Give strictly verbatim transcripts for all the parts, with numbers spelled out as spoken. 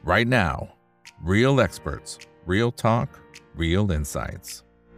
right now. Real experts, real talk, real insights.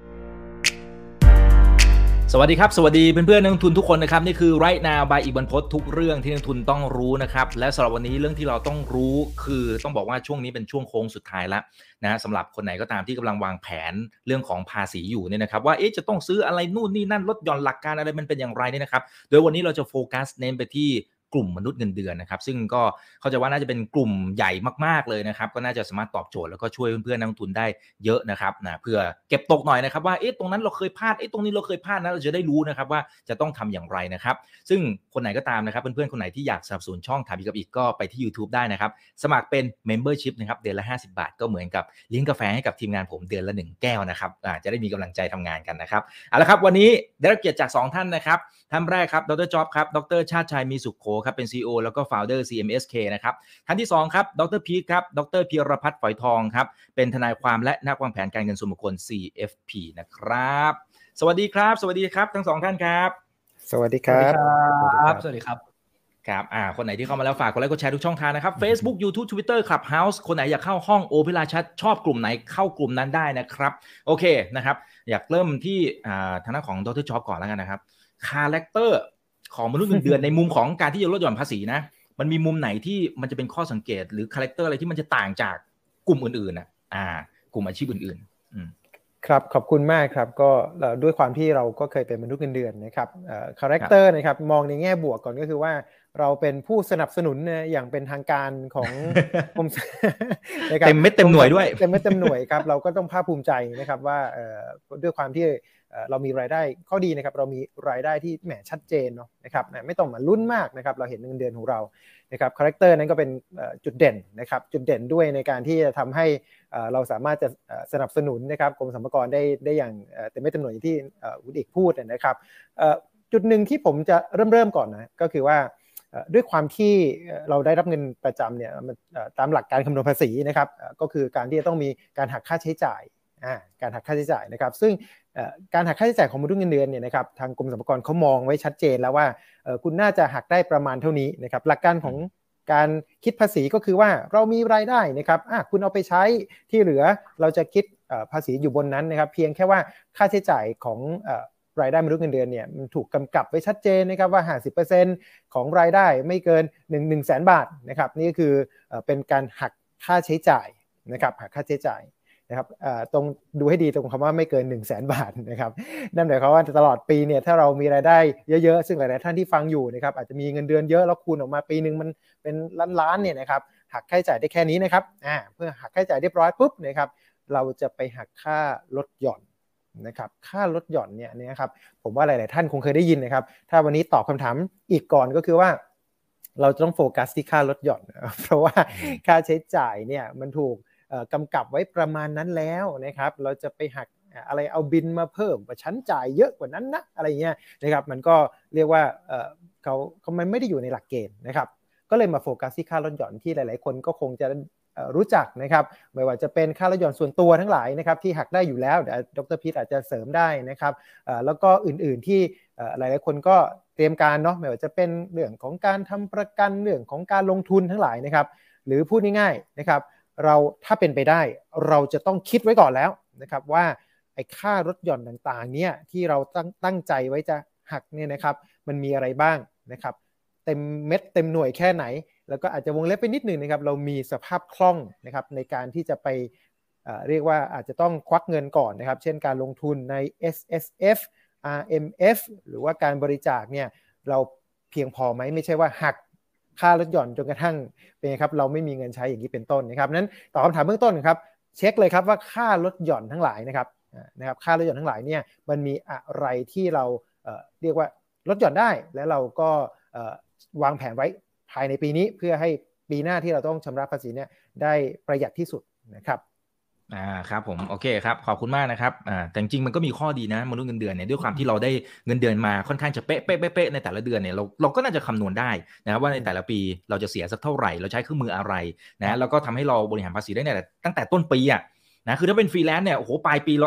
สวัสดีครับสวัสดีเพื่อนๆนักลงทุนทุกคนนะครับนี่คือ Right Now by อีกบรรพตทุกเรื่องที่นักลงทุนต้องรู้นะครับและสำหรับวันนี้เรื่องที่เราต้องรู้คือต้องบอกว่าช่วงนี้เป็นช่วงโค้งสุดท้ายแล้วนะสำหรับคนไหนก็ตามที่กำลังวางแผนเรื่องของภาษีอยู่เนี่ยนะครับว่าเอ๊ะจะต้องซื้ออะไรนู่นนี่นั่นลดหย่อนหลักการอะไรมันเป็นอย่างไรเนี่ยนะครับโดยวันนี้เราจะโฟกัสเน้นไปที่กลุ่มมนุษย์เงินเดือนนะครับซึ่งก็เข้าใจว่าน่าจะเป็นกลุ่มใหญ่มากๆเลยนะครับก็น่าจะสามารถตอบโจทย์แล้วก็ช่วยเพื่อนๆนักลงทุนได้เยอะนะครับนะเพื่อเก็บตกหน่อยนะครับว่าเอ๊ะตรงนั้นเราเคยพลาดเอ๊ะตรงนี้เราเคยพลาดนะเราจะได้รู้นะครับว่าจะต้องทำอย่างไรนะครับซึ่งคนไหนก็ตามนะครับเพื่อนๆคนไหนที่อยากสนับสนุนช่องถามอีกกับอีกก็ไปที่ YouTube ได้นะครับสมัครเป็น Membership นะครับเดือนละห้าสิบบาทก็เหมือนกับเลี้ยงกาแฟให้กับทีมงานผมเดือนละหนึ่งแก้วนะครับอ่าจะได้มีกำลังใจทำงานกันนะครับเอาละครับวันนี้ได้รับเกียรติจากสองท่านนะครับท่านแรกครับดร.จ๊อบครับดร.ชาติชัยมีสุขโขครับเป็น ซี อี โอ แล้วก็ Founder ซี เอ็ม เอส เค นะครับท่านที่สองครับดร.พีทครับดร.พีรพัฒน์ฝอยทองครับเป็นทนายความและนักวางแผนการเงินส่วนบุคคล ซี เอฟ พี นะครับสวัสดีครับสวัสดีครับทั้งสองท่านครับสวัสดีครับสวัสดีครับครับอ่าคนไหนที่เข้ามาแล้วฝากกดไลค์กดแชร์ทุกช่องทางนะครับ Facebook YouTube Twitter Clubhouse คนไหนอยากเข้าห้องโอเวลาชัดชอบกลุ่มไหนเข้ากลุ่มนั้นได้นะครับโอเคนะครับอยากเริ่มที่อ่าทางด้านของดร.จ๊อบก่อนแล้วกันนะครับคาแรคเตอร์ของมนุษย์เงินเดือนในมุมของการที่จะลดหย่อนภาษีนะมันมีมุมไหนที่มันจะเป็นข้อสังเกตหรือคาแรคเตอร์อะไรที่มันจะต่างจากกลุ่มอื่นๆนะอ่ากลุ่มอาชีพอื่นๆอืมครับขอบคุณมากครับก็ด้วยความที่เราก็เคยเป็นมนุษย์เงินเดือนนะครับเอ่อคาแรคเตอร์นะครับมองในแง่บวกก่อนก็คือว่าเราเป็นผู้สนับสนุนอย่างเป็นทางการของกรมเต็มเม็ดเต็มหน่วยด้วยเต็มเม็ดเต็มหน่วยครับเราก็ต้องภาคภูมิใจนะครับว่าเอ่อด้วยความที่เรามีรายได้ข้อดีนะครับเรามีรายได้ที่แหมชัดเจนเนาะนะครับไม่ต้องมาลุ้นมากนะครับเราเห็นเงินเดือนของเรานะครับคาแรคเตอร์นั้นก็เป็นจุดเด่นนะครับจุดเด่นด้วยในการที่จะทำให้เราสามารถจะสนับสนุนนะครับกรมสรรพากรได้ได้อย่างเต็มเม็ดเต็มหน่วยที่คุณเอกพูดนะครับจุดหนึ่งที่ผมจะเริ่มเริ่มก่อนนะก็คือว่าด้วยความที่เราได้รับเงินประจำเนี่ยตามหลักการคำนวณภาษีนะครับก็คือการที่จะต้องมีการหักค่าใช้จ่ายการหักค่าใช้จ่ายนะครับซึ่งการหักค่าใช้จ่ายของมนุษย์เงินเดือนเนี่ยนะครับทางกรมสรรพากรเขามองไว้ชัดเจนแล้วว่าคุณน่าจะหักได้ประมาณเท่านี้นะครับหลักการของการคิดภาษีก็คือว่าเรามีรายได้นะครับคุณเอาไปใช้ที่เหลือเราจะคิดภาษีอยู่บนนั้นนะครับเพียงแค่ว่าค่าใช้จ่ายของรายได้มนุษย์เงินเดือนเนี่ยมันถูกกำกับไว้ชัดเจนนะครับว่า ห้าสิบเปอร์เซ็นต์ ของรายได้ไม่เกินหนึ่ง หนึ่งแสนบาทนะครับนี่คือเป็นการหักค่าใช้จ่ายนะครับหักค่าใช้จ่ายนะครับตรงดูให้ดีตรงคำว่าไม่เกิน หนึ่งแสนบาทนะครับนั่นหมายความว่าตลอดปีเนี่ยถ้าเรามีรายได้เยอะๆซึ่งหลายๆท่านที่ฟังอยู่นะครับอาจจะมีเงินเดือนเยอะแล้วคูณออกมาปีนึงมันเป็นล้านๆเนี่ยนะครับหักค่าใช้จ่ายได้แค่นี้นะครับอ่าเพื่อหักค่าใช้จ่ายเรียบร้อยปุ๊บนะครับเราจะไปหักค่าลดหย่อนนะครับค่าลดหย่อนเนี่ยนะครับผมว่าหลายๆท่านคงเคยได้ยินนะครับถ้าวันนี้ตอบคำถามอีกก่อนก็คือว่าเราจะต้องโฟกัสที่ค่าลดหย่อนเพราะว่าค่าใช้จ่ายเนี่ยมันถูกกำกับไว้ประมาณนั้นแล้วนะครับเราจะไปหักอะไรเอาบินมาเพิ่มว่าฉันจ่ายเยอะกว่านั้นนะอะไรเงี้ยนะครับมันก็เรียกว่าเขาเขามันไม่ได้อยู่ในหลักเกณฑ์นะครับก็เลยมาโฟกัสที่ค่าลดหย่อนที่หลายๆคนก็คงจะรู้จักนะครับไม่ว่าจะเป็นค่าลดหย่อนส่วนตัวทั้งหลายนะครับที่หักได้อยู่แล้วเดี๋ยวดร.พีทอาจจะเสริมได้นะครับแล้วก็อื่นๆที่หลายๆคนก็เตรียมการเนาะไม่ว่าจะเป็นเรื่องของการทำประกันเรื่องของการลงทุนทั้งหลายนะครับหรือพูดง่ายๆนะครับเราถ้าเป็นไปได้เราจะต้องคิดไว้ก่อนแล้วนะครับว่าไอ้ค่าลดหย่อนต่างๆเนี่ยที่เราตั้งตั้งใจไว้จะหักเนี่ยนะครับมันมีอะไรบ้างนะครับเต็มเม็ดเต็มหน่วยแค่ไหนแล้วก็อาจจะวงเล็บไปนิดนึงนะครับเรามีสภาพคล่องนะครับในการที่จะไปเอ่อเรียกว่าอาจจะต้องควักเงินก่อนนะครับเช่นการลงทุนใน เอส เอส เอฟ อาร์ เอ็ม เอฟ หรือว่าการบริจาคเนี่ยเราเพียงพอไหมไม่ใช่ว่าหักค่าลดหย่อนจนกระทั่งเป็นไงครับเราไม่มีเงินใช้อย่างนี้เป็นต้นนะครับนั้นตอบคำถามเบื้องต้นครับเช็คเลยครับว่าค่าลดหย่อนทั้งหลายนะครับนะครับค่าลดหย่อนทั้งหลายเนี่ยมันมีอะไรที่เราเอ่อเรียกว่าลดหย่อนได้และเราก็เอ่อวางแผนไว้ภายในปีนี้เพื่อให้ปีหน้าที่เราต้องชำระภาษีเนี่ยได้ประหยัดที่สุดนะครับอ่าครับผมโอเคครับขอบคุณมากนะครับอ่าแต่จริงๆมันก็มีข้อดีนะมนุษย์เงินเดือนเนี่ยด้วยความที่เราได้เงินเดือนมาค่อนข้างจะเป๊ะเป๊ะเป๊ะในแต่ละเดือนเนี่ยเราเราก็น่าจะคำนวณได้นะครับว่าในแต่ละปีเราจะเสียสักเท่าไหร่เราใช้เครื่องมืออะไรนะแล้วก็ทำให้เราบริหารภาษีได้เนี่ยตั้งแต่ต้นปีอ่ะนะคือถ้าเป็นฟรีแลนซ์เนี่ยโอ้โหปลายปีเราอาจจะ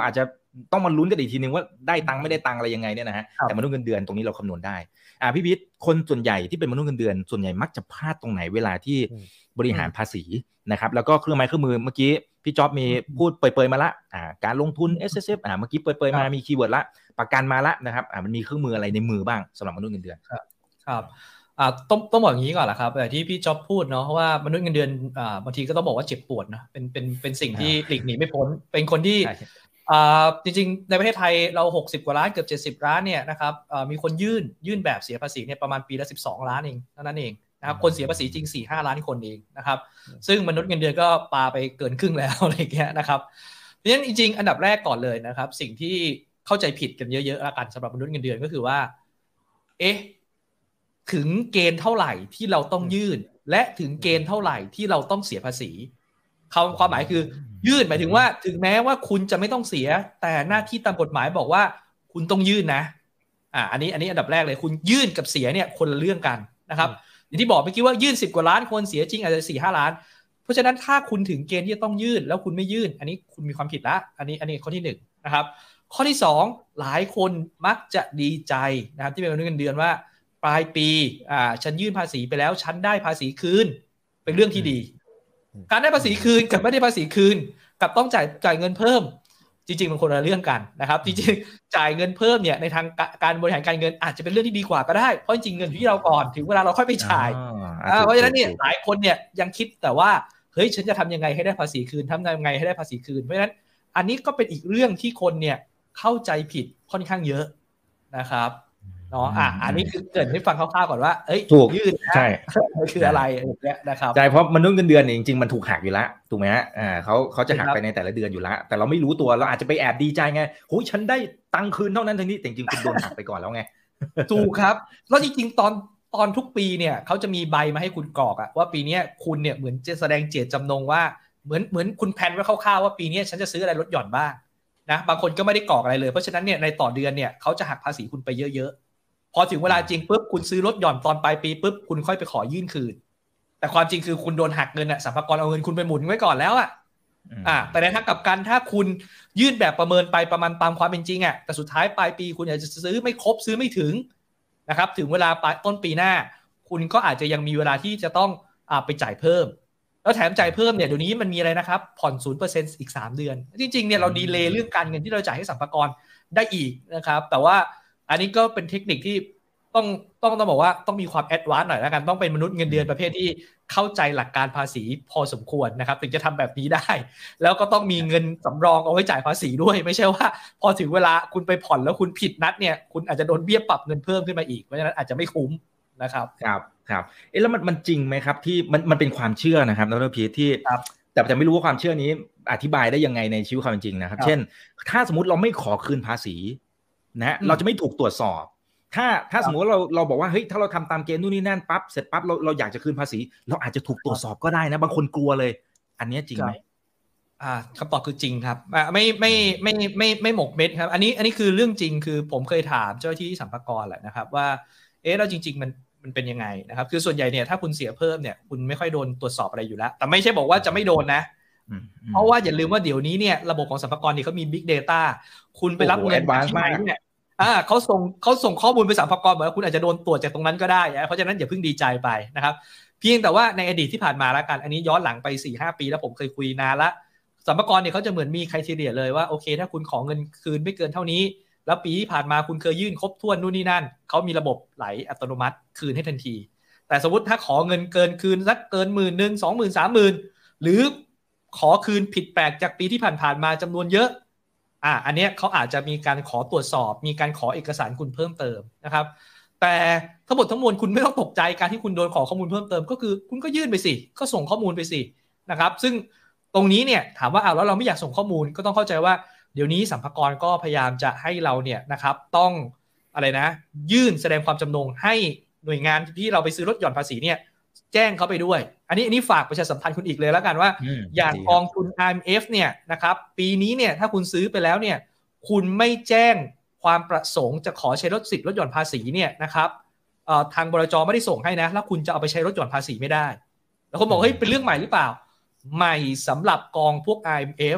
ต้องมาลุ้นกันอีกทีนึงว่าได้ตังค์ไม่ได้ตังค์อะไรยังไงเนี่ยนะฮะแต่มนุษย์เงินเดือนตรงนี้เราคำนวณได้อ่าพี่พิษคนส่วนใหญ่ที่เป็นมนุษย์เงินเดือนส่วนใหญ่มักจะพลาดตรงไหนเวลาที่บริหารภาษีนะครับแล้วก็เครื่องไม้เครื่องมือเมื่อกี้พี่จ๊อบมีพูดเปรยๆมาละอ่าการลงทุน เอส เอส เอฟ อ่าเมื่อกี้เปรยๆมามีคีย์เวิร์ดละประกันมาละนะครับอ่ามันมีเครื่องมืออะไรในมือบ้างสำหรับมนุษย์เงินเดือนครับครับอ่าต้องต้องบอกอย่างนี้ก่อนแหละครับที่พี่จ๊อบพูดเนาะว่ามนุษย์เงินเดือนอ่าบางทีก็ต้องบอกว่าเจ็บปวดนะเป็นเป็นเป็นสิ่งที่หลีกหนีไม่พ้นเป็นคนที่อ่าจริงๆในประเทศไทยเราหกสิบกว่าล้านเกือบเจ็ดสิบล้านเนี่ยนะครับอ่ามีคนยื่นยื่นแบบเสียภาษีเนี่ยประมาณปีละสิบสองล้านเองเท่านั้นเองนะครับคนเสียภาษีจริง สี่ห้า ล้านคนเองนะครับซึ่งมนุษย์เงินเดือนก็ปาไปเกินครึ่งแล้วอะไรอย่างเงี้ยนะครับเพราะฉะนั้นจริงๆอันดับแรกก่อนเลยนะครับสิ่งที่เข้าใจผิดกันเยอะๆละกันสำหรับมนุษย์เงินเดือนก็คือว่าเอ๊ะถึงเกณฑ์เท่าไหร่ที่เราต้องยื่นและถึงเกณฑ์เท่าไหร่ที่เราต้องเสียภาษีคำความหมายคือยื่นหมายถึงว่าถึงแม้ว่าคุณจะไม่ต้องเสียแต่หน้าที่ตามกฎหมายบอกว่าคุณต้องยื่นนะอ่าอันนี้อันนี้อันดับแรกเลยคุณยื่นกับเสียเนี่ยคนละเรื่องกันนะครับอย่างที่บอกเมื่อกี้ว่ายื่นสิบกว่าล้านคนเสียจริงอาจจะ สี่ห้า ล้านเพราะฉะนั้นถ้าคุณถึงเกณฑ์ที่จะต้องยื่นแล้วคุณไม่ยื่นอันนี้คุณมีความผิดละอันนี้อันนี้ข้อที่หนึ่งนะครับข้อที่สองหลายคนมักจะดีใจนะครับที่เป็นมนุษย์เงินเดือนว่าปลายปีอ่าฉันยื่นภาษีไปแล้วฉันได้ภาษีคืนเป็นเรื่องที่ดีการได้ภาษีคืนกับไม่ได้ภาษีคืนกับต้องจ่ายจ่ายเงินเพิ่มจริงๆมันคนละเรื่องกันนะครับจริงๆจ่ายเงินเพิ่มเนี่ยในทางการบริหารการเงินอาจจะเป็นเรื่องที่ดีกว่าก็ได้เพราะจริงๆเงินอยู่ที่เราก่อนถึงเวลาเราค่อยไปจ่ายเพราะฉะนั้นเนี่ยหลายคนเนี่ยยังคิดแต่ว่าเฮ้ยฉันจะทำยังไงให้ได้ภาษีคืนทำยังไงให้ได้ภาษีคืนเพราะฉะนั้นอันนี้ก็เป็นอีกเรื่องที่คนเนี่ยเข้าใจผิดค่อนข้างเยอะนะครับเนาะอ่ะอันนี้คือเกิดให้ฟังคร่าวๆก่อนว่าเอ้ยถูกยืดนะใช่คืออะไรอย่างเงี้ยนะครับใช่เพราะมนุษย์เงินเดือนเนี่ยจริงๆมันถูกหักอยู่แล้วถูกไหมฮะอ่าเขาเขาจะหักไปในแต่ละเดือนอยู่แล้วแต่เราไม่รู้ตัวเราอาจจะไปแอบดีใจไงโหฉันได้ตังค์คืนเท่านั้นเท่านี้แต่จริงๆคุณโดนหักไปก่อนแล้วไงถูกครับแล้วจริงๆตอนตอนทุกปีเนี่ยเขาจะมีใบมาให้คุณกรอกอะว่าปีนี้คุณเนี่ยเหมือนจะแสดงเจตจำนงว่าเหมือนเหมือนคุณแพลนไว้คร่าวๆว่าปีนี้ฉันจะซื้ออะไรลดหย่อนบ้างนะบางคนก็ไม่ได้กรอกอะไรเลยเพราะฉะนั้นเนี่ยในต่อเดือนเนี่ยเขาจะหักภาษีคุณไปเยอะๆพอถึงเวลาจริงปุ๊บคุณซื้อลดหย่อนตอนปลายปีปุ๊บคุณค่อยไปขอยื่นคืนแต่ความจริงคือคุณโดนหักเงินอะสรรพากรเอาเงินคุณไปหมุนไว้ก่อนแล้วอะอ่าแต่ในทางกลับกันถ้าคุณยื่นแบบประเมินไปประมาณตามความเป็นจริงอะแต่สุดท้ายปลายปีคุณอยากจะซื้อไม่ครบซื้อไม่ถึงนะครับถึงเวลาต้นปีหน้าคุณก็อาจจะยังมีเวลาที่จะต้องอ่าไปจ่ายเพิ่มแล้วแถมจ่ายเพิ่มเนี่ยเดี๋ยวนี้มันมีอะไรนะครับผ่อน ศูนย์เปอร์เซ็นต์ อีกสามเดือนจริงๆเนี่ยเราดีเลย์เรื่องการเงินที่เราจ่ายให้สรรพากรได้อีกนะครับแต่ว่าอันนี้ก็เป็นเทคนิคที่ต้องต้องต้องบอกว่าต้องมีความแอดวานซ์หน่อยแล้วกันต้องเป็นมนุษย์เงินเดือนประเภทที่เข้าใจหลักการภาษีพอสมควรนะครับถึงจะทำแบบนี้ได้แล้วก็ต้องมีเงินสำรองเอาไว้จ่ายภาษีด้วยไม่ใช่ว่าพอถึงเวลาคุณไปผ่อนแล้วคุณผิดนัดเนี่ยคุณอาจจะโดนเบี้ยปรับเงินเพิ่มขึ้นมาอีกเพราะฉะนั้นอาจจะไม่คุ้มนะครับครับครับเอ๊ะแล้วมันมันจริงไหมครับที่มันมันเป็นความเชื่อนะครับดร.พีทที่แต่จะไม่รู้ว่าความเชื่อนี้อธิบายได้ยังไงในชีวิตความจริงนะครับเช่นถ้าสมมติเราไม่ขอคืนภาษีนะเราจะไม่ถูกตรวจสอบถ้าถ้าสมมติว่าเราเราบอกว่าเฮ้ยถ้าเราทำตามเกณฑ์นู่นนี่นั่นปั๊บเสร็จปั๊บเราเราอยากจะคืนภาษีเราอาจจะถูกตรวจสอบก็ได้นะบางคนกลัวเลยอันนี้จริงไหมอ่าคำตอบคือจริงครับอ่าไม่ไม่ไม่ไม่ไม่หมกเม็ดครับอันนี้อันนี้คือเรื่องจริงคือผมเคยถามเจ้าหน้าที่สรรพากรแหละนะครับว่าเอ๊ะแล้วจริงๆมันมันเป็นยังไงนะครับคือส่วนใหญ่เนี่ยถ้าคุณเสียเพิ่มเนี่ยคุณไม่ค่อยโดนตรวจสอบอะไรอยู่แล้วแต่ไม่ใช่บอกว่าจะไม่โดนนะเพราะว่าอย่าลืมว่าเดี๋ยวนี้เนี่ยระบบของสรรพากรเนี่ยเขามี Big Data คุณไปรับเงินที่ไหนเนี่ยอ่าเขาส่งเขาส่งข้อมูลไปสรรพากรบอกว่าคุณอาจจะโดนตรวจจากตรงนั้นก็ได้เพราะฉะนั้นอย่าเพิ่งดีใจไปนะครับเพียงแต่ว่าในอดีตที่ผ่านมาแล้วกันอันนี้ย้อนหลังไป สี่ห้า ปีแล้วผมเคยคุยนานละสรรพากรเนี่ยเขาจะเหมือนมีไครทีเรียเลยว่าโอเคถ้าคุณขอเงินคืนไม่เกินเท่านี้แล้วปีที่ผ่านมาคุณเคยยื่นครบถ้วนนู่นนี่นั่นเขามีระบบไหลอัตโนมัติคืนให้ทันทีแต่สมมติถ้าขอเงินเกินคืนสักเกินหมื่นหนึ่งสองหมื่นสามหมื่นหรือขอคืนผิดแปลกจากปีที่ผ่านๆมาจำนวนเยอะอ่ะอันเนี้ยเขาอาจจะมีการขอตรวจสอบมีการขอเอกสารคุณเพิ่มเติมนะครับแต่ทั้งหมดทั้งมวลคุณไม่ต้องตกใจการที่คุณโดนขอข้อมูลเพิ่มเติมก็คือคุณก็ยื่นไปสิก็ส่งข้อมูลไปสินะครับซึ่งตรงนี้เนี่ยถามว่าอ้าวแล้วเราไม่อยากส่งข้อมูลก็ต้องเข้าใจว่าเดี๋ยวนี้สรรพากรก็พยายามจะให้เราเนี่ยนะครับต้องอะไรนะยื่นแสดงความจำนงให้หน่วยงานที่เราไปซื้อลดหย่อนภาษีเนี่ยแจ้งเขาไปด้วยอันนี้อันนี้ฝากประชาสัมพันธ์คุณอีกเลยแล้วกันว่าอย่างกองทุน อาร์ เอ็ม เอฟ เนี่ยนะครับปีนี้เนี่ยถ้าคุณซื้อไปแล้วเนี่ยคุณไม่แจ้งความประสงค์จะขอใช้ลดสิทธิ์ลดหย่อนภาษีเนี่ยนะครับทางบลจ.ไม่ได้ส่งให้นะแล้วคุณจะเอาไปใช้ลดหย่อนภาษีไม่ได้แล้วคนบอกเฮ้ยเป็นเรื่องใหม่หรือเปล่าใหม่สำหรับกองพวก อาร์ เอ็ม เอฟ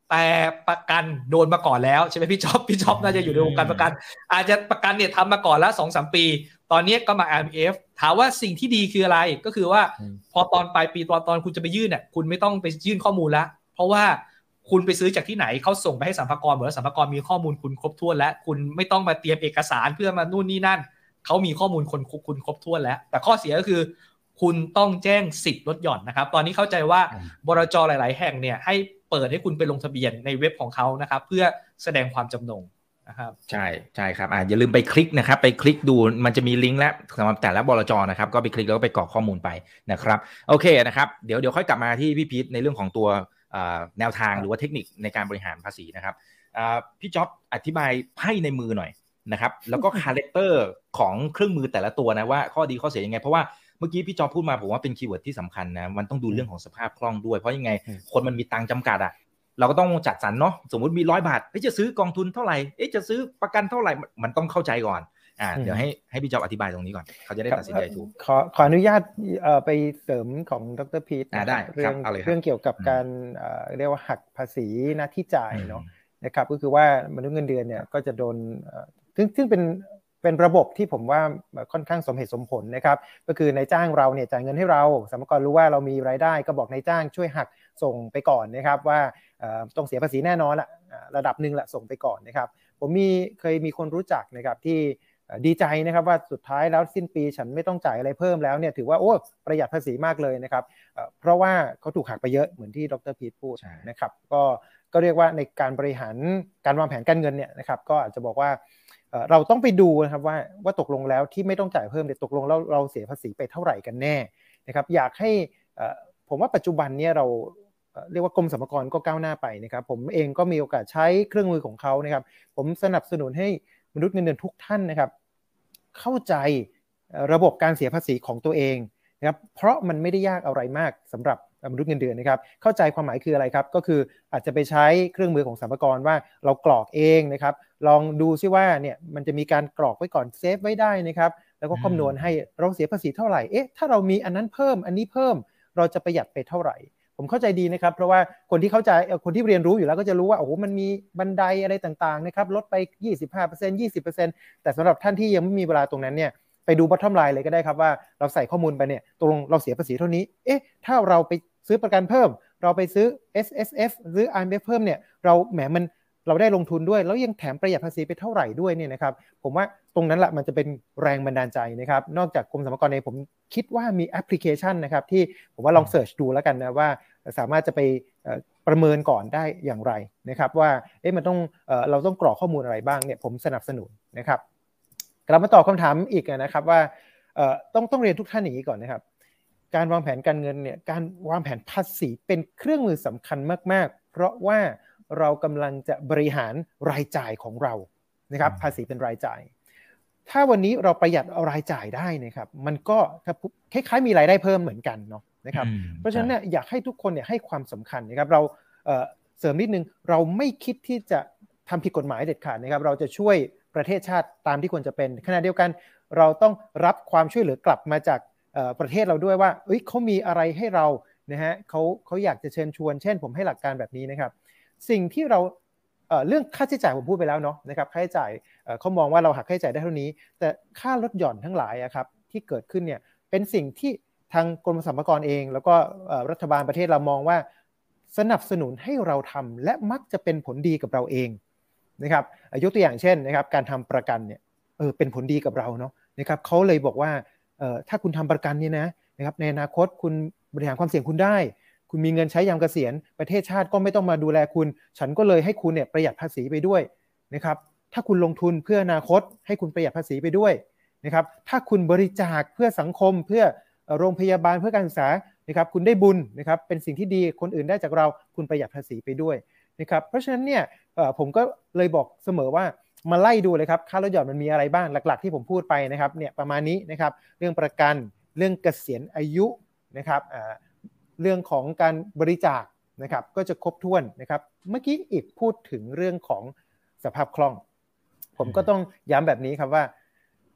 แต่ประกันโดนมาก่อนแล้วใช่ไหมพี่จ๊อบพี่จ๊อบน่าจะอยู่ในวงการประกันอาจจะประกันเนี่ยทำมาก่อนแล้ว สองถึงสาม ปีตอนนี้ก็มา อาร์ เอ็ม เอฟ ถามว่าสิ่งที่ดีคืออะไรก็คือว่าพอตอนปลายปีตอนตอนคุณจะไปยื่นเนี่ยคุณไม่ต้องไปยื่นข้อมูลแล้วเพราะว่าคุณไปซื้อจากที่ไหนเขาส่งไปให้สรรพากรเหมือนสรรพากรมีข้อมูลคุณครบถ้วนแล้วคุณไม่ต้องมาเตรียมเอกสารเพื่อมานู่นนี่นั่นเขามีข้อมูลคนคุณครบถ้วนแล้วแต่ข้อเสียก็คือคุณต้องแจ้งสิทธิ์ลดหย่อนนะครับตอนนี้เข้าใจว่าบลจ.หลายๆแห่งเนี่ยให้เปิดให้คุณไปลงทะเบียนในเว็บของเขานะครับเพื่อแสดงความจำนงนะครับใช่ใช่ครับอ่าอย่าลืมไปคลิกนะครับไปคลิกดูมันจะมีลิงก์แล้วสำหรับแต่ละบลจ.นะครับก็ไปคลิกแล้วก็ไปกรอกข้อมูลไปนะครับโอเคนะครับเดี๋ยวเดี๋ยวค่อยกลับมาที่พี่พีทในเรื่องของตัวแนวทางหรือว่าเทคนิคในการบริหารภาษีนะครับพี่จ๊อบอธิบายไพ่ในมือหน่อยนะครับแล้วก็คาแรคเตอร์ของเครื่องมือแต่ละตัวนะว่าข้อดีข้อเสียยังไงเพราะว่าเมื่อกี้พี่จ๊อบพูดมาผมว่าเป็นคีย์เวิร์ดที่สำคัญนะมันต้องดูเรื่องของสภาพคล่องด้วยเพราะยังไงคนมันมีตังค์จำกัดอ่ะเราก็ต้องจัดสรรเนาะสมมุติมีร้อยบาทเอ๊ะจะซื้อกองทุนเท่าไหร่เอ๊ะจะซื้อประกันเท่าไหร่มันต้องเข้าใจก่อนอ่าเดี๋ยวให้ให้พี่จ๊อบอธิบายตรงนี้ก่อนเขาจะได้ตัดสินใจถูกขอขออนุญาตไปเสริมของดร.พีทได้เรื่องเรื่องเกี่ยวกับการเรียกว่าหักภาษีหน้าที่จ่ายเนาะนะครับก็คือว่ามนุษย์เงินเดือนเนี่ยก็จะโดนซึ่งซึ่งเป็นเป็นระบบที่ผมว่าค่อนข้างสมเหตุสมผลนะครับก็คือนายจ้างเราเนี่ยจ่ายเงินให้เราสรรพากรรู้ว่าเรามีรายได้ก็บอกนายจ้างช่วยหักส่งไปก่อนนะครับว่าต้องเสียภาษีแน่นอนละระดับหนึ่งละส่งไปก่อนนะครับผมมีเคยมีคนรู้จักนะครับที่ดีใจนะครับว่าสุดท้ายแล้วสิ้นปีฉันไม่ต้องจ่ายอะไรเพิ่มแล้วเนี่ยถือว่าโอ้ประหยัดภาษีมากเลยนะครับเพราะว่าเขาถูกหักไปเยอะเหมือนที่ดร.พีทพูดนะครับก็ก็เรียกว่าในการบริหารการวางแผนการเงินเนี่ยนะครับก็อาจจะบอกว่าเราต้องไปดูนะครับว่าว่าตกลงแล้วที่ไม่ต้องจ่ายเพิ่มเนี่ยตกลงแล้วเราเสียภาษีไปเท่าไหร่กันแน่นะครับอยากให้ผมว่าปัจจุบันเนี่ยเราเรียกว่ากรมสรรพากรก็ก้าวหน้าไปนะครับผมเองก็มีโอกาสใช้เครื่องมือของเขานะครับผมสนับสนุนให้มนุษย์เงินเดือนทุกท่านนะครับเข้าใจระบบการเสียภาษีของตัวเองนะครับเพราะมันไม่ได้ยากอะไรมากสำหรับมนุษย์เงินเดือนนะครับเข้าใจความหมายคืออะไรครับก็คืออาจจะไปใช้เครื่องมือของสรรพากรว่าเรากรอกเองนะครับลองดูซิว่าเนี่ยมันจะมีการกรอกไว้ก่อนเซฟไว้ได้นะครับแล้วก็คำนวณให้เราเสียภาษีเท่าไหร่เอ๊ะถ้าเรามีอันนั้นเพิ่มอันนี้เพิ่มเราจะประหยัดไปเท่าไหร่ผมเข้าใจดีนะครับเพราะว่าคนที่เข้าใจคนที่เรียนรู้อยู่แล้วก็จะรู้ว่าโอ้โหมันมีบันไดอะไรต่างๆนะครับลดไป ยี่สิบห้าเปอร์เซ็นต์ ยี่สิบเปอร์เซ็นต์ แต่สำหรับท่านที่ยังไม่มีเวลาตรงนั้นเนี่ยไปดู bottom line เลยก็ได้ครับว่าเราใส่ข้อมูลไปเนี่ยตกลงเราเสียภาษีเท่านี้เอ๊ะถ้าเราไปซื้อประกันเพิ่มเราไปซื้อ เอส เอส เอฟ หรือ อาร์ เอ็ม เอฟ เพิ่มเนี่ยเราแหมมันเราได้ลงทุนด้วยแล้วยังแถมประหยัดภาษีไปเท่าไหร่ด้วยเนี่ยนะครับผมว่าตรงนั้นแหละมันจะเป็นแรงบันดาลใจนะครับนอกจากกรมสรรพากรเองผมคิดว่ามีแอปพลิเคชันนะครับที่ผมว่าลองเสิร์ชดูแล้วกันนะว่าสามารถจะไปประเมินก่อนได้อย่างไรนะครับว่าเอ๊ะมันต้องเอ่อเราต้องกรอกข้อมูลอะไรบ้างเนี่ยผมสนับสนุนนะครับกลับมาตอบคำถามอีกนะครับว่าเอ่อต้องต้องเรียนทุกท่านอย่างนี้ก่อนนะครับการวางแผนการเงินเนี่ยการวางแผนภาษีเป็นเครื่องมือสำคัญมากๆเพราะว่าเรากำลังจะบริหารรายจ่ายของเรานะครับภาษีเป็นรายจ่ายถ้าวันนี้เราประหยัดรายจ่ายได้นะครับมันก็คล้ายๆมีรายได้เพิ่มเหมือนกันเนาะนะครับเพราะฉะนั้นเนี่ยอยากให้ทุกคนเนี่ยให้ความสำคัญนะครับเราเอ่อเสริมนิดนึงเราไม่คิดที่จะทำผิดกฎหมายเด็ดขาดนะครับเราจะช่วยประเทศชาติตามที่ควรจะเป็นขณะเดียวกันเราต้องรับความช่วยเหลือกลับมาจากประเทศเราด้วยว่าเอ้ยเขามีอะไรให้เรานะฮะเขาเขาอยากจะเชิญชวนเช่นผมให้หลักการแบบนี้นะครับสิ่งที่เราเอ่อเรื่องค่าใช้จ่ายผมพูดไปแล้วเนาะนะครับค่าใช้จ่ายเอ่อเขามองว่าเราหักค่าใช้จ่ายได้เท่านี้แต่ค่าลดหย่อนทั้งหลายอะครับที่เกิดขึ้นเนี่ยเป็นสิ่งที่ทางกรมสรรพากรเองแล้วก็รัฐบาลประเทศเรามองว่าสนับสนุนให้เราทำและมักจะเป็นผลดีกับเราเองนะครับยกตัวอย่างเช่นนะครับการทำประกันเนี่ยเออเป็นผลดีกับเราเนาะนะครับเขาเลยบอกว่าเอ่อถ้าคุณทำประกันเนี่ยนะนะครับในอนาคตคุณบริหารความเสี่ยงคุณได้คุณมีเงินใช้ยามเกษียณประเทศชาติก็ไม่ต้องมาดูแลคุณฉันก็เลยให้คุณเนี่ยประหยัดภาษีไปด้วยนะครับถ้าคุณลงทุนเพื่ออนาคตให้คุณประหยัดภาษีไปด้วยนะครับถ้าคุณบริจาคเพื่อสังคมเพื่อโรงพยาบาลเพื่อการศึกษานะครับคุณได้บุญนะครับเป็นสิ่งที่ดีคนอื่นได้จากเราคุณประหยัดภาษีไปด้วยนะครับเพราะฉะนั้นเนี่ยผมก็เลยบอกเสมอว่ามาไล่ดูเลยครับค่าลดหย่อนมันมีอะไรบ้างหลักๆที่ผมพูดไปนะครับเนี่ยประมาณนี้นะครับเรื่องประกันเรื่องเกษียณอายุนะครับเรื่องของการบริจาคนะครับก็จะครบถ้วนนะครับเมื่อกี้อีกพูดถึงเรื่องของสภาพคล่องผมก็ต้องย้ำแบบนี้ครับว่า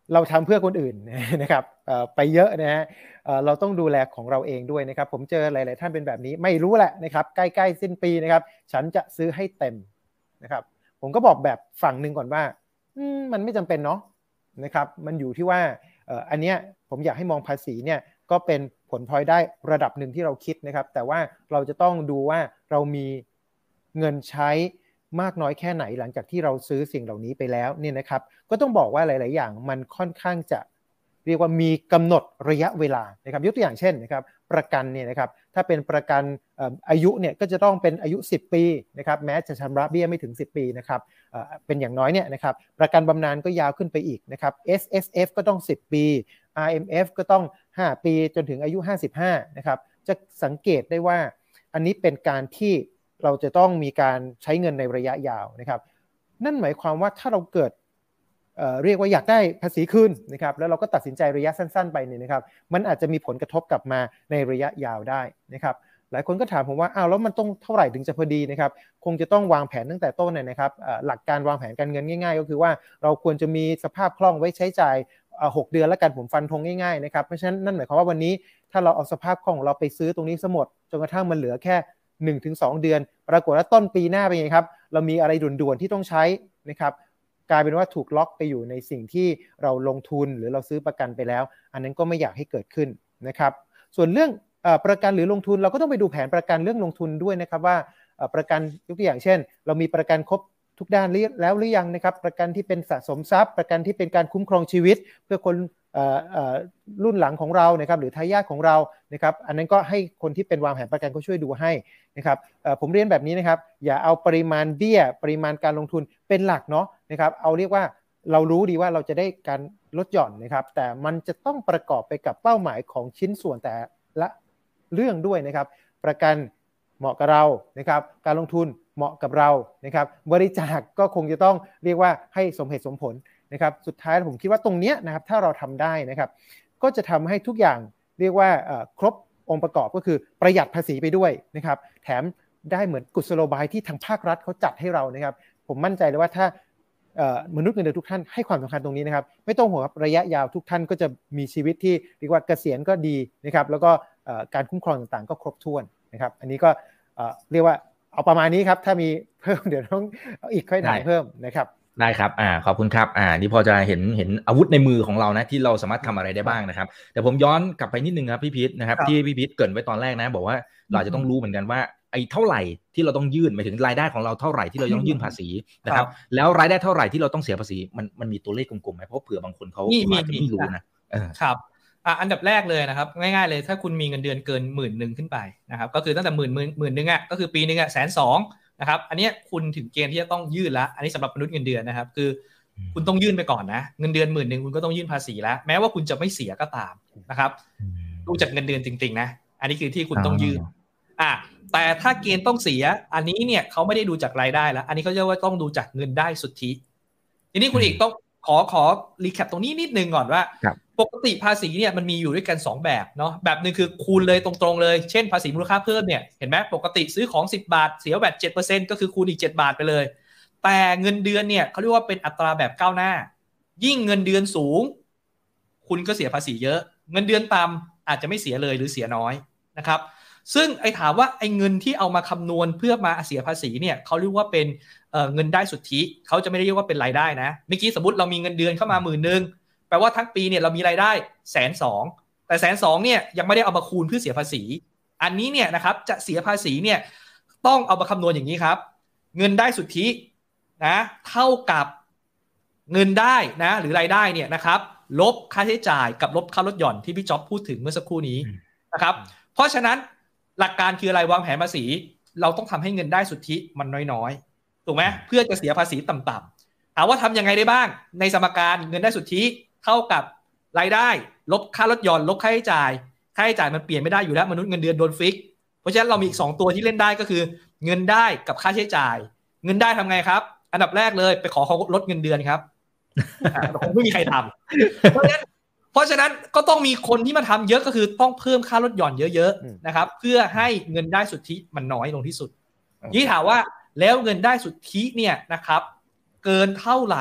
เราทำเพื่อคนอื่นนะครับไปเยอะนะฮะเราต้องดูแลของเราเองด้วยนะครับผมเจอหลายๆท่านเป็นแบบนี้ไม่รู้แหละนะครับใกล้ๆสิ้นปีนะครับฉันจะซื้อให้เต็มนะครับผมก็บอกแบบฝั่งหนึ่งก่อนว่ามันไม่จำเป็นเนาะนะครับมันอยู่ที่ว่าอันเนี้ยผมอยากให้มองภาษีเนี่ยก็เป็นผลพลอยได้ระดับหนึ่งที่เราคิดนะครับแต่ว่าเราจะต้องดูว่าเรามีเงินใช้มากน้อยแค่ไหนหลังจากที่เราซื้อสิ่งเหล่านี้ไปแล้วเนี่ยนะครับก็ต้องบอกว่าหลายๆอย่างมันค่อนข้างจะเรียกว่ามีกำหนดระยะเวลานะครับยกตัวอย่างเช่นนะครับประกันเนี่ยนะครับถ้าเป็นประกันอายุเนี่ยก็จะต้องเป็นอายุสิบปีนะครับแม้จะชำระเบี้ยไม่ถึงสิบปีนะครับเป็นอย่างน้อยเนี่ยนะครับประกันบำนาญก็ยาวขึ้นไปอีกนะครับ เอส เอส เอฟ ก็ต้องสิบปี อาร์ เอ็ม เอฟ ก็ต้องห้าปีจนถึงอายุห้าสิบห้านะครับจะสังเกตได้ว่าอันนี้เป็นการที่เราจะต้องมีการใช้เงินในระยะยาวนะครับนั่นหมายความว่าถ้าเราเกิด เอ่อ เรียกว่าอยากได้ภาษีคืนนะครับแล้วเราก็ตัดสินใจระยะสั้นๆไปเนี่ยนะครับมันอาจจะมีผลกระทบกลับมาในระยะยาวได้นะครับหลายคนก็ถามผมว่าอ้าวแล้วมันต้องเท่าไหร่ถึงจะพอดีนะครับคงจะต้องวางแผนตั้งแต่ต้นเลยนะครับหลักการวางแผนการเงินง่ายๆก็คือว่าเราควรจะมีสภาพคล่องไว้ใช้จ่ายหกเดือนแล้วกันผมฟันธงง่ายๆนะครับเพราะฉะนั้นนั่นหมายความว่าวันนี้ถ้าเราเอาสภาพคล่องของเราไปซื้อตรงนี้ซะหมดจนกระทั่งมันเหลือแค่ หนึ่งถึงสอง เดือนปรากฏว่าต้นปีหน้าเป็นไงครับเรามีอะไรด่วนๆที่ต้องใช้นะครับกลายเป็นว่าถูกล็อกไปอยู่ในสิ่งที่เราลงทุนหรือเราซื้อประกันไปแล้วอันนั้นก็ไม่อยากให้เกิดขึ้นนะครับส่วนเรื่องประกันหรือลงทุนเราก็ต้องไปดูแผนประกันเรื่องลงทุนด้วยนะครับว่าประกันยกตัวอย่างเช่นเรามีประกันครบทุกด้านแล้วหรือยังนะครับประกันที่เป็นสะสมทรัพย์ประกันที่เป็นการคุ้มครองชีวิตเพื่อคนรุ่นหลังของเรานะครับหรือทายาทของเรานะครับอันนั้นก็ให้คนที่เป็นวางแผนประกันเขาช่วยดูให้นะครับผมเรียนแบบนี้นะครับอย่าเอาปริมาณเบี้ยปริมาณการลงทุนเป็นหลักเนาะนะครับเอาเรียกว่าเรารู้ดีว่าเราจะได้การลดหย่อนนะครับแต่มันจะต้องประกอบไปกับเป้าหมายของชิ้นส่วนแต่ละเรื่องด้วยนะครับประกันเหมาะกับเรานะครับการลงทุนเหมาะกับเรานะครับบริจาคก็คงจะต้องเรียกว่าให้สมเหตุสมผลนะครับสุดท้ายผมคิดว่าตรงนี้นะครับถ้าเราทำได้นะครับก็จะทำให้ทุกอย่างเรียกว่าครบองค์ประกอบก็คือประหยัดภาษีไปด้วยนะครับแถมได้เหมือนกุศโลบายที่ทางภาครัฐเขาจัดให้เรานะครับผมมั่นใจเลยว่าถ้ามนุษย์เงินเดือนทุกท่านให้ความสำคัญตรงนี้นะครับไม่ต้องห่วงครับระยะยาวทุกท่านก็จะมีชีวิตที่เรียกว่าเกษียณก็ดีนะครับแล้วก็การคุ้มครองต่างๆก็ครบถ้วนนะครับอันนี้ก็เรียกว่าเอาประมาณนี้ครับถ้ามีเพิ่มเดี๋ยวต้องอีกค่อยถามเพิ่มนะครับได้ครับอ่าขอบคุณครับอ่านี่พอจะเห็นเห็นอาวุธในมือของเรานะที่เราสามารถทำอะไรได้บ้างนะครับแต่ผมย้อนกลับไปนิดนึงครับพี่พีทนะครับที่พี่พีทเกริ่นไว้ตอนแรกนะบอกว่าเราจะต้องรู้เหมือนกันว่าไอ้เท่าไหร่ที่เราต้องยื่นหมายถึงรายได้ของเราเท่าไหร่ที่เราต้องยื่นภาษีนะครับแล้วรายได้เท่าไหร่ที่เราต้องเสียภาษีมันมันมีตัวเลขกลมๆไหมเพราะเผื่อบางคนเขาอาจจะไม่รู้นะครับอ่ะอันดับแรกเลยนะครับง่ายๆเลยถ้าคุณมีเงินเดือนเกินหมื่นนึงขึ้นไปนะครับก็คือตั้งแต่หมื่นหมื่นหมื่นนึงอ่ะก็คือปีนึงอ่ะแสนสองนะครับอันนี้คุณถึงเกณฑ์ที่จะต้องยื่นละอันนี้สำหรับมนุษย์เงินเดือนนะครับคือคุณต้องยื่นไปก่อนนะเงินเดือนหมื่นนึงคุณก็ต้องยื่นภาษีแล้วแม้ว่าคุณจะไม่เสียก็ตามนะครับดูจากเงินเดือนจริงๆนะอันนี้คือที่คุณต้องยื่นอ่ะแต่ถ้าเกณฑ์ต้องเสียอันนี้เนี่ยเขาไม่ได้ดูจากรายได้แล้วอันนี้เขาเรียกว่าต้องดูจากเงินได้สุทธิทีนี้คุณอีกต้องขอขอรีแคปตรงนี้นิดนึงก่อนว่าปกติภาษีเนี่ยมันมีอยู่ด้วยกันสองแบบเนาะแบบนึงคือคูณเลยตรงๆเลยเช่นภาษีมูลค่าเพิ่มเนี่ยเห็นไหมปกติซื้อของสิบบาทเสียแวต เจ็ดเปอร์เซ็นต์ ก็คือคูณอีกเจ็ดบาทไปเลยแต่เงินเดือนเนี่ยเขาเรียกว่าเป็นอัตราแบบก้าวหน้ายิ่งเงินเดือนสูงคุณก็เสียภาษีเยอะเงินเดือนต่ำอาจจะไม่เสียเลยหรือเสียน้อยนะครับซึ่งไอ้ถามว่าไอ้เงินที่เอามาคำนวณเพื่อมาเสียภาษีเนี่ยเขาเรียกว่าเป็นเอ่อเงินได้สุทธิเขาจะไม่ได้เรียกว่าเป็นรายได้นะเมื่อกี้สมมติเรามีเงินเดือนเข้ามาหมื่นนึงแปลว่าทั้งปีเนี่ยเรามีรายได้แสนสองแต่แสนสองเนี่ยยังไม่ได้เอามาคูณเพื่อเสียภาษีอันนี้เนี่ยนะครับจะเสียภาษีเนี่ยต้องเอามาคำนวณอย่างนี้ครับเงินได้สุทธินะเท่ากับเงินได้นะหรือรายได้เนี่ยนะครับลบค่าใช้จ่ายกับลบค่าลดหย่อนที่พี่จ๊อบพูดถึงเมื่อสักครู่นี้นะครับเพราะฉะนั้นหลักการคืออะไรวางแผนภาษีเราต้องทำให้เงินได้สุทธิมันน้อยๆถูกไหมเพื่อจะเสียภาษีต่ำๆถามว่าทำยังไงได้บ้างในสมการเงินได้สุทธิเท่ากับรายได้ลบค่าลดหย่อนลบค่าใช้จ่ายค่าใช้จ่ายมันเปลี่ยนไม่ได้อยู่แล้วมนุษย์เงินเดือนโดนฟิกเพราะฉะนั้นเรามีอีกสองตัวที่เล่นได้ก็คือเงินได้กับค่าใช้จ่ายเงินได้ทำไงครับอันดับแรกเลยไปขอเขาลดเงินเดือนครับคงไม่มีใครทำเพราะฉะนั้นเพราะฉะนั้นก็ต้องมีคนที่มาทำเยอะก็คือต้องเพิ่มค่าลดหย่อนเยอะๆนะครับเพื่อให้เงินได้สุทธิมันน้อยลงที่สุดยี่ถามว่าแล้วเงินได้สุทธิเนี่ยนะครับเกินเท่าไหร่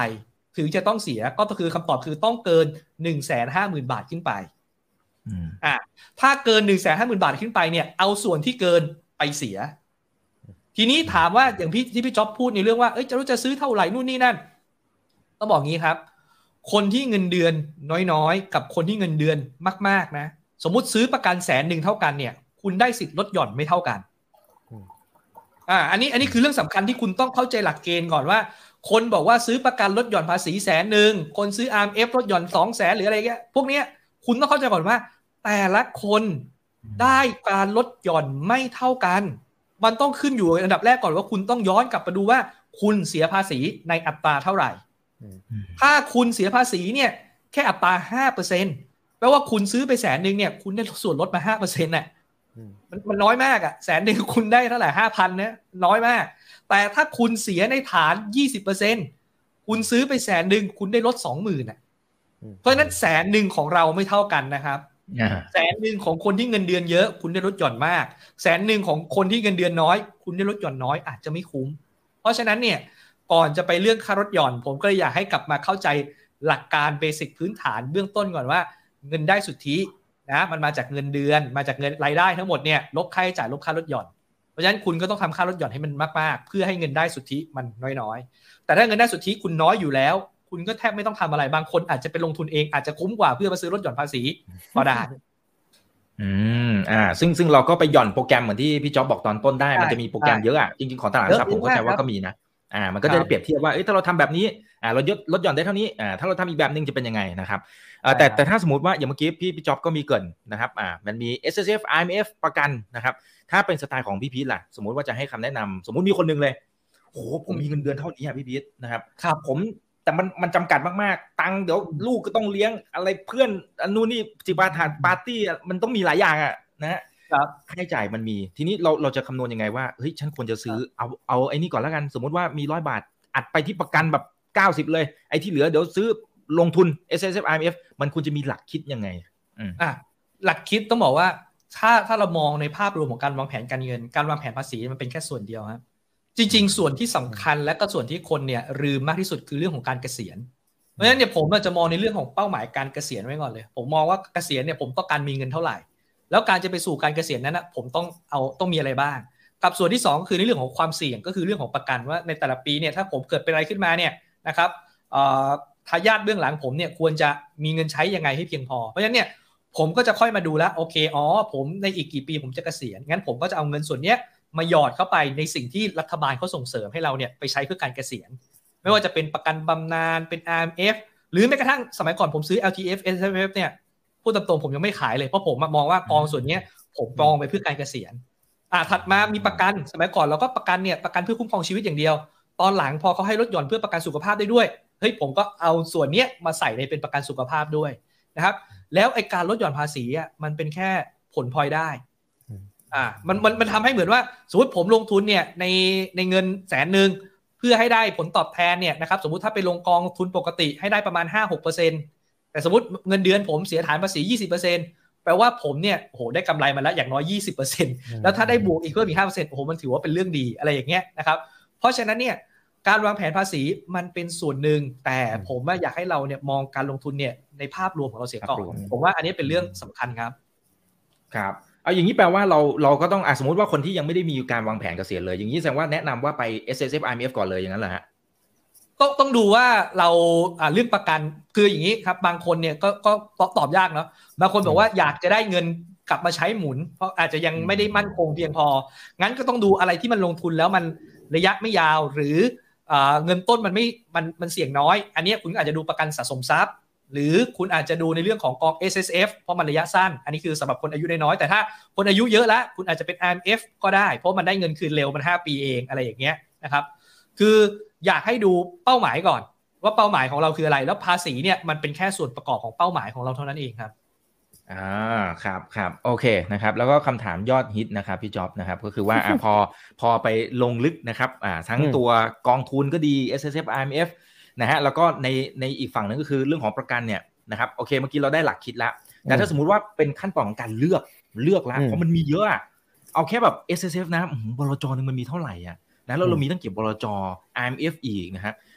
ถึงจะต้องเสียก็คือคำตอบคือต้องเกิน หนึ่งแสนห้าหมื่น บาทขึ้นไปอ่าถ้าเกิน หนึ่งแสนห้าหมื่น บาทขึ้นไปเนี่ยเอาส่วนที่เกินไปเสียทีนี้ถามว่าอย่างพี่ที่พี่จ๊อบพูดในเรื่องว่าเอ้ยจะรู้จะซื้อเท่าไหร่นู่นนี่นั่นต้องบอกงี้ครับคนที่เงินเดือนน้อยๆกับคนที่เงินเดือนมากๆนะสมมุติซื้อประกันแสนหนึ่งเท่ากันเนี่ยคุณได้สิทธิ์ลดหย่อนไม่เท่ากันอ่าอันนี้อันนี้คือเรื่องสำคัญที่คุณต้องเข้าใจหลักเกณฑ์ก่อนว่าคนบอกว่าซื้อประกันลดหย่อนภาษีแสนหนึ่งคนซื้อ อาร์ เอ็ม เอฟ ลดหย่อนสองแสนหรืออะไรเงี้ยพวกเนี้ยคุณต้องเข้าใจก่อนว่าแต่ละคนได้การลดหย่อนไม่เท่ากันมันต้องขึ้นอยู่อันดับแรกก่อนว่าคุณต้องย้อนกลับมาดูว่าคุณเสียภาษีในอัตราเท่าไหร่ถ้าคุณเสียภาษีเนี่ยแค่อัตรา ห้าเปอร์เซ็นต์ แปลว่าคุณซื้อไปแสนนึงเนี่ยคุณได้ส่วนลดมา ห้าเปอร์เซ็นต์ น่ะมันมันน้อยมากอ่ะแสนนึงคุณได้เท่าไหร่ ห้าพัน เนี่ยน้อยมากแต่ถ้าคุณเสียในฐาน ยี่สิบเปอร์เซ็นต์ คุณซื้อไปแสนนึงคุณได้ลด สองหมื่น น่ะเพราะฉะนั้นแสนนึงของเราไม่เท่ากันนะครับแสนนึงของคนที่เงินเดือนเยอะคุณได้ลดหย่อนมากแสนนึงของคนที่เงินเดือนน้อยคุณได้ลดหย่อนน้อยอาจจะไม่คุ้มเพราะฉะนั้นเนี่ยก่อนจะไปเรื่องค่าลดหย่อนผมก็เลยอยากให้กลับมาเข้าใจหลักการเบสิกพื้นฐานเบื้องต้นก่อนว่าเงินได้สุทธินะมันมาจากเงินเดือนมาจากเงินรายได้ทั้งหมดเนี่ยลบค่าใช้จ่ายลบค่าลดหย่อนเพราะฉะนั้นคุณก็ต้องทำค่าลดหย่อนให้มันมากๆเพื่อให้เงินได้สุทธิมันน้อยๆแต่ถ้าเงินได้สุทธิคุณน้อยอยู่แล้วคุณก็แทบไม่ต้องทำอะไรบางคนอาจจะไปลงทุนเองอาจจะคุ้มกว่าเพื่อมาซื้อลดหย่อนภาษีก็ได้อืมอ่าซึ่งซึ่งเราก็ไปหย่อนโปรแกรมเหมือนที่พี่จ๊อบบอกตอนต้นได้มันจะมีโปรแกรมเยอะอ่ะจริงๆของตลาดหลักทรัพย์ผมเข้าใจว่าก็มีนะอ่ามันก็จะเปรียบเทียบว่าเอ้ยถ้าเราทำแบบนี้อ่าเราลดลดหย่อนได้เท่านี้อ่าถ้าเราทำอีกแบบนึงจะเป็นยังไงนะครับอ่าแต่แต่ถ้าสมมติว่าอย่างเมื่อกี้พี่พี่จ๊อบก็มีเกริ่นนะครับอ่ามันมี เอส เอส เอฟ อาร์ เอ็ม เอฟ ประกันนะครับถ้าเป็นสไตล์ของพี่พีทล่ะสมมติว่าจะให้คำแนะนำสมมติมีคนนึงเลยโอ้โหผมมีเงินเดือนเท่านี้อ่ะพี่พีทนะครับครับผมแต่มันมันจำกัดมากๆตังค์เดี๋ยวลูกก็ต้องเลี้ยงอะไรเพื่อนอันนู้นนี่จิบาถาปาร์ตี้มันต้องมีหลายอย่างอ่ะนะฮะค่าใช้จ่ายมันมีทีนี้เราเราจะคำนวณยังไงว่าเฮ้ยฉันควรจะซื้อเอาเอาไอ้นี่ก่อนแล้วกันสมมติว่ามีร้อยบาทอัดไปที่ประกันแบบเก้าสิบเลยไอ้ที่เหลือเดี๋ยวซื้อลงทุน เอส เอส เอฟ อาร์ เอ็ม เอฟ มันควรจะมีหลักคิดยังไงอ่ะหลักคิดต้องบอกว่าถ้าถ้าเรามองในภาพรวมของการวางแผนการเงินการวางแผนภาษีมันเป็นแค่ส่วนเดียวครับจริงๆส่วนที่สำคัญและก็ส่วนที่คนเนี่ยลืมมากที่สุดคือเรื่องของการเกษียณเพราะฉะนั้นเนี่ยผมจะมองในเรื่องของเป้าหมายการเกษียณไว้ก่อนเลยผมมองว่าเกษียณเนี่ยผมต้องการมีเงินเท่าไหร่แล้วการจะไปสู่การเกษียณนั้นนะผมต้องเอาต้องมีอะไรบ้างกับส่วนที่สองคือในเรื่องของความเสี่ยงก็คือเรื่องของประกันว่าในแต่ละปีเนี่ยถ้าผมเกิดเป็นอะไรขึ้นมาเนี่ยนะครับทายาทเบื้องหลังผมเนี่ยควรจะมีเงินใช้ยังไงให้เพียงพอเพราะฉะนั้นเนี่ยผมก็จะค่อยมาดูแล้วโอเคอ๋อผมในอีกกี่ปีผมจะเกษียณงั้นผมก็จะเอาเงินส่วนนี้มาหยอดเข้าไปในสิ่งที่รัฐบาลเขาส่งเสริมให้เราเนี่ยไปใช้เพื่อการเกษียณไม่ว่าจะเป็นประกันบำนาญเป็น อาร์ เอ็ม เอฟ หรือแม้กระทั่งสมัยก่อนผมซื้อ แอล ที เอฟ เอส เอฟ เนี่ยพูดตรงๆผมยังไม่ขายเลยเพราะผมมองว่ากองส่วนนี้ผมกองไปเพื่อการเกษียณอ่าถัดมามีประกันสมัยก่อนเราก็ประกันเนี่ยประกันเพื่อคุ้มครองชีวิตอย่างเดียวตอนหลังพอเขาให้ลดหย่อนเพื่อประกันสุขภาพได้ด้วยเฮ้ยผมก็เอาส่วนนี้มาใส่ในเป็นประกันสุขภาพด้วยนะครับแล้วไอ้การลดหย่อนภาษีอ่ะมันเป็นแค่ผลพลอยได้อ่ามันมันมันทำให้เหมือนว่าสมมติผมลงทุนเนี่ยในในเงินแสนนึงเพื่อให้ได้ผลตอบแทนเนี่ยนะครับสมมุติถ้าไปลงกองทุนปกติให้ได้ประมาณ ห้าถึงหกเปอร์เซ็นต์ แต่สมมุติเงินเดือนผมเสียฐานภาษี ยี่สิบเปอร์เซ็นต์ แปลว่าผมเนี่ยโอ้โหได้กำไรมาแล้วอย่างน้อย ยี่สิบเปอร์เซ็นต์ แล้วถ้าได้บวกอีกเพิ่มอีก ห้าเปอร์เซ็นต์ โอ้โหมันถือว่าเป็นเรื่องดีอะไรอย่างเงี้ยนะครับเพราะฉะนั้นเนี่ยการวางแผนภาษีมันเป็นส่วนหนึ่งแต่ผมว่าอยากให้เราเนี่ยมองการลงทุนเนี่ยในภาพรวมของเราเสียก่อนผมว่าอันนี้เป็นเรื่องสำคัญครับครับเอาอย่างนี้แปลว่าเราเราก็ต้องอ่ะสมมติว่าคนที่ยังไม่ได้มีการวางแผนเกษียณเลยอย่างนี้แสดงว่าแนะนำว่าไป เอส เอส เอฟ อาร์ เอ็ม เอฟ ก่อนเลยอย่างนั้นเหรอฮะต้องต้องดูว่าเราอ่าเรื่องประกันคืออย่างนี้ครับบางคนเนี่ยก็ก็ตอบยากเนาะบางคนบอกว่าอยากจะได้เงินกลับมาใช้หมุนเพราะอาจจะยังไม่ได้มั่นคงเพียงพองั้นก็ต้องดูอะไรที่มันลงทุนแล้วมันระยะไม่ยาวหรือเงินต้นมันไม่มันมันเสี่ยงน้อยอันนี้คุณอาจจะดูประกันสะสมทรัพย์หรือคุณอาจจะดูในเรื่องของกอง เอส เอส เอฟ เพราะมันระยะสั้นอันนี้คือสำหรับคนอายุน้อยแต่ถ้าคนอายุเยอะแล้วคุณอาจจะเป็น อาร์ เอ็ม เอฟ ก็ได้เพราะมันได้เงินคืนเร็วมันห้าปีเองอะไรอย่างเงี้ยนะครับคืออยากให้ดูเป้าหมายก่อนว่าเป้าหมายของเราคืออะไรแล้วภาษีเนี่ยมันเป็นแค่ส่วนประกอบของเป้าหมายของเราเท่านั้นเองครับอ่าครับครับโอเคนะครับแล้วก็คำถามยอดฮิตนะครับพี่จ๊อบนะครับก็คือว่าอ่าพอพอไปลงลึกนะครับอ่าทั้งตัวกองทุนก็ดี เอส เอส เอฟ อาร์ เอ็ม เอฟ นะฮะแล้วก็ในในอีกฝั่งนึงก็คือเรื่องของประกันเนี่ยนะครับโอเคเมื่อกี้เราได้หลักคิดแล้วแต่ถ้าสมมุติว่าเป็นขั้นตอนของการเลือกเลือกแล้วเพราะมันมีเยอะเอาแค่แบบ เอส เอส เอฟ นะบลจนึงมันมีเท่าไหร่อ่ะนะแล้วเรามีตั้งเก็บบลจ อาร์ เอ็ม เอฟ อีกนะฮะ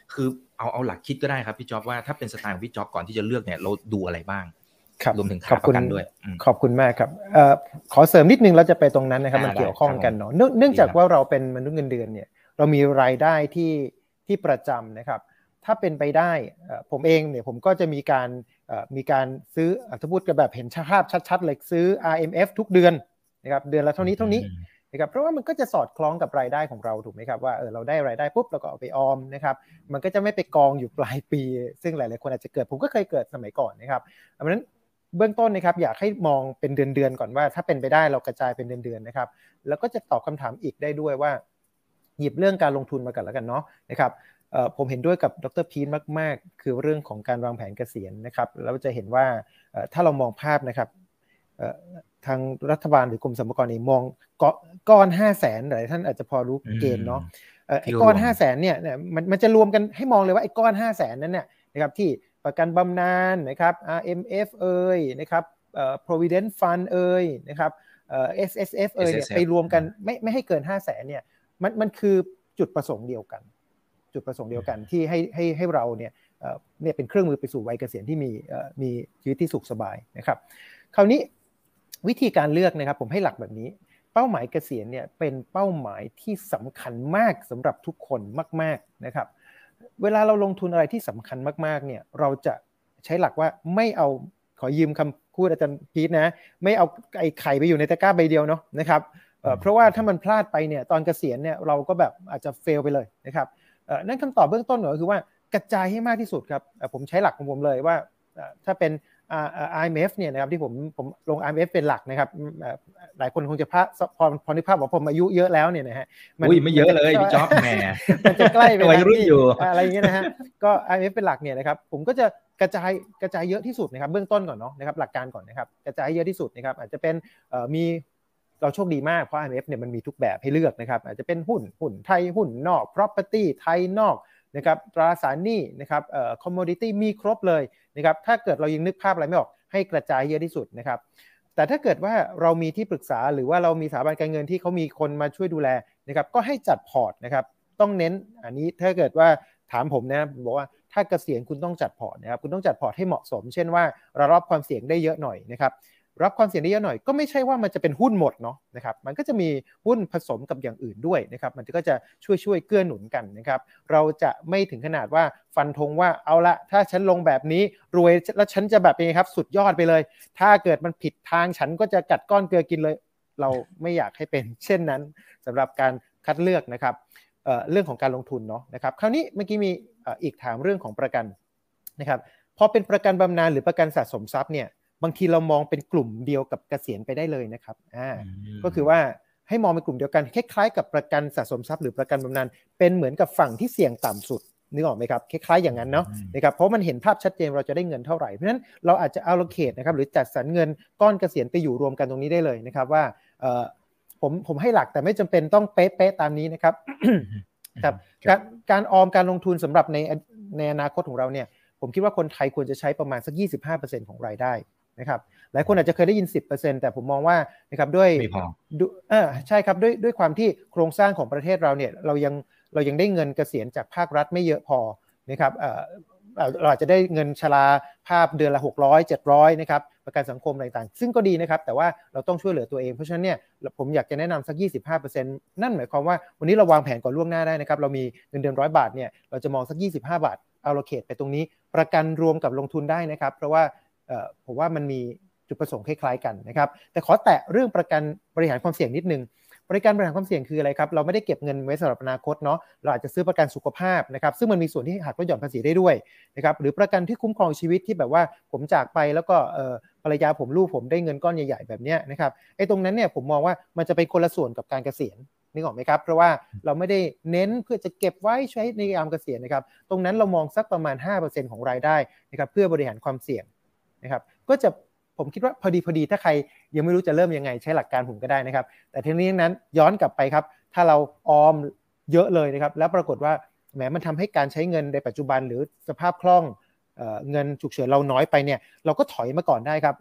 คือเอาเอาหลักคิดก็ได้ครับพี่จ๊อบว่าถ้าเป็นสไตล์ของพี่จ๊อบก่อนที่จะเลือกเนี่ยเราดูอะไรบ้างรวมถึงค่าประกันด้วยขอบคุณมากครับเอ่อขอเสริมนิดนึงเราจะไปตรงนั้นนะครับมันเกี่ยวข้องกันเนาะเนื่องจากว่าเราเป็นมนุษย์เงินเดือนเนี่ยเรามีรายได้ที่ที่ประจำนะครับถ้าเป็นไปได้ผมเองเนี่ยผมก็จะมีการมีการซื้อถ้าพูดกันแบบเห็นภาพชัดๆเลยซื้อ อาร์ เอ็ม เอฟ ทุกเดือนนะครับเดือนละเท่านี้เท่านี้นะครับเพราะว่ามันก็จะสอดคล้องกับรายได้ของเราถูกไหมครับว่าเออเราได้รายได้ปุ๊บเราก็เอาไปออมนะครับมันก็จะไม่ไปกองอยู่ปลายปีซึ่งหลายๆคนอาจจะเกิดผมก็เคยเกิดสมัยก่อนนะครับเพราะฉะนั้นเบื้องต้นนะครับอยากให้มองเป็นเดือนๆก่อนว่าถ้าเป็นไปได้เรากระจายเป็นเดือนๆนะครับแล้วก็จะตอบคำถามอีกได้ด้วยว่าหยิบเรื่องการลงทุนมากันแล้วกันเนาะนะครับผมเห็นด้วยกับดร.พีทมากๆคือเรื่องของการวางแผนเกษียณนะครับแล้วจะเห็นว่าถ้าเรามองภาพนะครับทางรัฐบาลหรือกรมสรรพากรนี่มองก้อนห้าแสนหลายท่านอาจจะพอรู้เกณฑ์เนาะไอ้ก้อนห้าแสนเนี่ยมันมันจะรวมกันให้มองเลยว่าไอ้ก้อนห้าแสนนั้นเนี่ยนะครับที่ประกันบำนาญนะครับ อาร์ เอ็ม เอฟ เอ่ยนะครับเอ่อ provident fund เอ่ยนะครับเอ่อ เอส เอส เอฟ เอ่ยเนี่ยไปรวมกันไม่ไม่ให้เกินห้าแสนเนี่ยมันมันคือจุดประสงค์เดียวกันจุดประสงค์เดียวกันที่ให้ให้ให้เราเนี่ยเอ่อเนี่ยเป็นเครื่องมือไปสู่วัยเกษียณที่มีเอ่อมีชีวิตที่สุขสบายนะครับคราวนี้วิธีการเลือกนะครับผมให้หลักแบบนี้เป้าหมายเกษียณเนี่ยเป็นเป้าหมายที่สำคัญมากสำหรับทุกคนมากๆนะครับเวลาเราลงทุนอะไรที่สำคัญมากๆเนี่ยเราจะใช้หลักว่าไม่เอาขอยืมคำพูดอาจารย์พีทนะไม่เอาไอ้ไข่ไปอยู่ในตะกร้าใบเดียวเนาะนะครับเอ่อเพราะว่าถ้ามันพลาดไปเนี่ยตอนเกษียณเนี่ยเราก็แบบอาจจะเฟลไปเลยนะครับเอ่อนั่นคำตอบเบื้องต้นก็คือว่ากระจายให้มากที่สุดครับผมใช้หลักของผมเลยว่าถ้าเป็น อาร์ เอ็ม เอฟ เนี่ยนะครับที่ผมผมลง อาร์ เอ็ม เอฟ เป็นหลักนะครับหลายคนคงจะพอพอนึกภาพว่าผมอายุเยอะแล้วเนี่ยนะฮะอุ้ยไม่เยอะเลยพี่จ๊อบแหมมันจะใกล้ไปวัยรุ่นอยู่อะไรอย่างเงี้ยนะฮะก็ อาร์ เอ็ม เอฟ เป็นหลักเนี่ยนะครับผมก็จะกระจายกระจายเยอะที่สุดนะครับเบื้องต้นก่อนเนาะนะครับหลักการก่อนนะครับกระจายเยอะที่สุดนะครับอาจจะเป็นมีเราโชคดีมากเพราะ อาร์ เอ็ม เอฟ เนี่ยมันมีทุกแบบให้เลือกนะครับอาจจะเป็นหุ้นหุ้นไทยหุ้นนอก property ไทยนอกนะครับตราสารหนี้นะครับเอ่อ commodity มีครบเลยนะครับถ้าเกิดเรายังนึกภาพอะไรไม่ออกให้กระจายเยอะที่สุดนะครับแต่ถ้าเกิดว่าเรามีที่ปรึกษาหรือว่าเรามีสถาบันการเงินที่เขามีคนมาช่วยดูแลนะครับก็ให้จัดพอร์ตนะครับต้องเน้นอันนี้ถ้าเกิดว่าถามผมนะบอกว่าถ้าเกษียณคุณต้องจัดพอร์ตนะครับคุณต้องจัดพอร์ตให้เหมาะสมเช่นว่าเรารับความเสี่ยงได้เยอะหน่อยนะครับรับความเสี่ยงได้เยอะหน่อยก็ไม่ใช่ว่ามันจะเป็นหุ้นหมดเนาะนะครับมันก็จะมีหุ้นผสมกับอย่างอื่นด้วยนะครับมันก็จะช่วยช่วยเกื้อหนุนกันนะครับเราจะไม่ถึงขนาดว่าฟันธงว่าเอาละถ้าฉันลงแบบนี้รวยแล้วฉันจะแบบนี้ครับสุดยอดไปเลยถ้าเกิดมันผิดทางฉันก็จะกัดก้อนเกลือกินเลยเราไม่อยากให้เป็นเช่นนั้นสำหรับการคัดเลือกนะครับ เอ่อ เรื่องของการลงทุนเนาะนะครับคราวนี้เมื่อกี้มีอีกถามเรื่องของประกันนะครับพอเป็นประกันบำนาญหรือประกันสะสมทรัพย์เนี่ยบางทีเรามองเป็นกลุ่มเดียวกับเกษียณไปได้เลยนะครับอ่าก็คือว่าให้มองเป็นกลุ่มเดียวกันคล้ายๆกับประกันสะสมทรัพย์หรือประกันบำนาญเป็นเหมือนกับฝั่งที่เสี่ยงต่ำสุดนึกออกไหมครับคล้ายๆอย่างนั้นเนาะนะครับเพราะมันเห็นภาพชัดเจนเราจะได้เงินเท่าไหร่เพราะฉะนั้นเราอาจจะ allocate นะครับหรือจัดสรรเงินก้อนเกษียณไปอยู่รวมกันตรงนี้ได้เลยนะครับว่าเอ่อผมผมให้หลักแต่ไม่จำเป็นต้องเป๊ะๆตามนี้นะครับ ครับการการออมการลงทุนสำหรับในในอนาคตของเราเนี่ยผมคิดว่าคนไทยควรจะใช้ประมาณสัก ยี่สิบห้าเปอร์เซ็นต์ ของรายได้นะครับหลายคนอาจจะเคยได้ยิน สิบเปอร์เซ็นต์ แต่ผมมองว่านะครับด้วยไม่พอเออใช่ครับด้วยด้วยความที่โครงสร้างของประเทศเราเนี่ยเรายังเรายังได้เงินเกษียณจากภาครัฐไม่เยอะพอนะครับเอ่อเราอาจจะได้เงินชราภาพเดือนละหกร้อย เจ็ดร้อยนะครับประกันสังคมอะไรต่างซึ่งก็ดีนะครับแต่ว่าเราต้องช่วยเหลือตัวเองเพราะฉะนั้นเนี่ยผมอยากจะแนะนำสัก ยี่สิบห้าเปอร์เซ็นต์ นั่นหมายความว่าวันนี้เราวางแผนก่อนล่วงหน้าได้นะครับเรามีเงินเดือนหนึ่งร้อยบาทเนี่ยเราจะมองสักยี่สิบห้าบาท allocate ไปตรงนี้ประกันรวมกับลงทุนได้นะครับเพราะว่าเอ่อผมว่ามันมีจุดประสงค์คล้ายๆกันนะครับแต่ขอแตะเรื่องประกันบริหารความเสี่ยงนิดนึงบริการบริหารความเสี่ยงคืออะไรครับเราไม่ได้เก็บเงินไว้สำหรับอนาคตเนาะเราอาจจะซื้อประกันสุขภาพนะครับซึ่งมันมีส่วนที่หักลดหย่อนภาษีได้ด้วยนะครับหรือประกันที่คุ้มครองชีวิตที่แบบว่าผมจากไปแล้วก็เอ่อภรรยาผมลูกผมได้เงินก้อนใหญ่ๆแบบนี้นะครับไอ้ตรงนั้นเนี่ยผมมองว่ามันจะเป็นคนละส่วนกับการเกษียณนึกออกไหมครับเพราะว่าเราไม่ได้เน้นเพื่อจะเก็บไว้ใช้ในยามเกษียณนะครับตรงนั้นเรามองสักประมาณ ห้าเปอร์เซ็นต์ ของรายได้นะครับเพื่อบริหารความเสี่ยงนะครับก็จะผมคิดว่าพอดีพอดีถ้าใครยังไม่รู้จะเริ่มยังไงใช้หลักการผมก็ได้นะครับแต่ทีนี้นั้นย้อนกลับไปครับถ้าเราออมเยอะเลยนะครับแล้วปรากฏว่าแหมมันทำให้การใช้เงินในปัจจุบันหรือสภาพคล่อง เอ่อ เงินฉุกเฉินเราน้อยไปเนี่ยเราก็ถอยมาก่อนได้ครับอ่ะ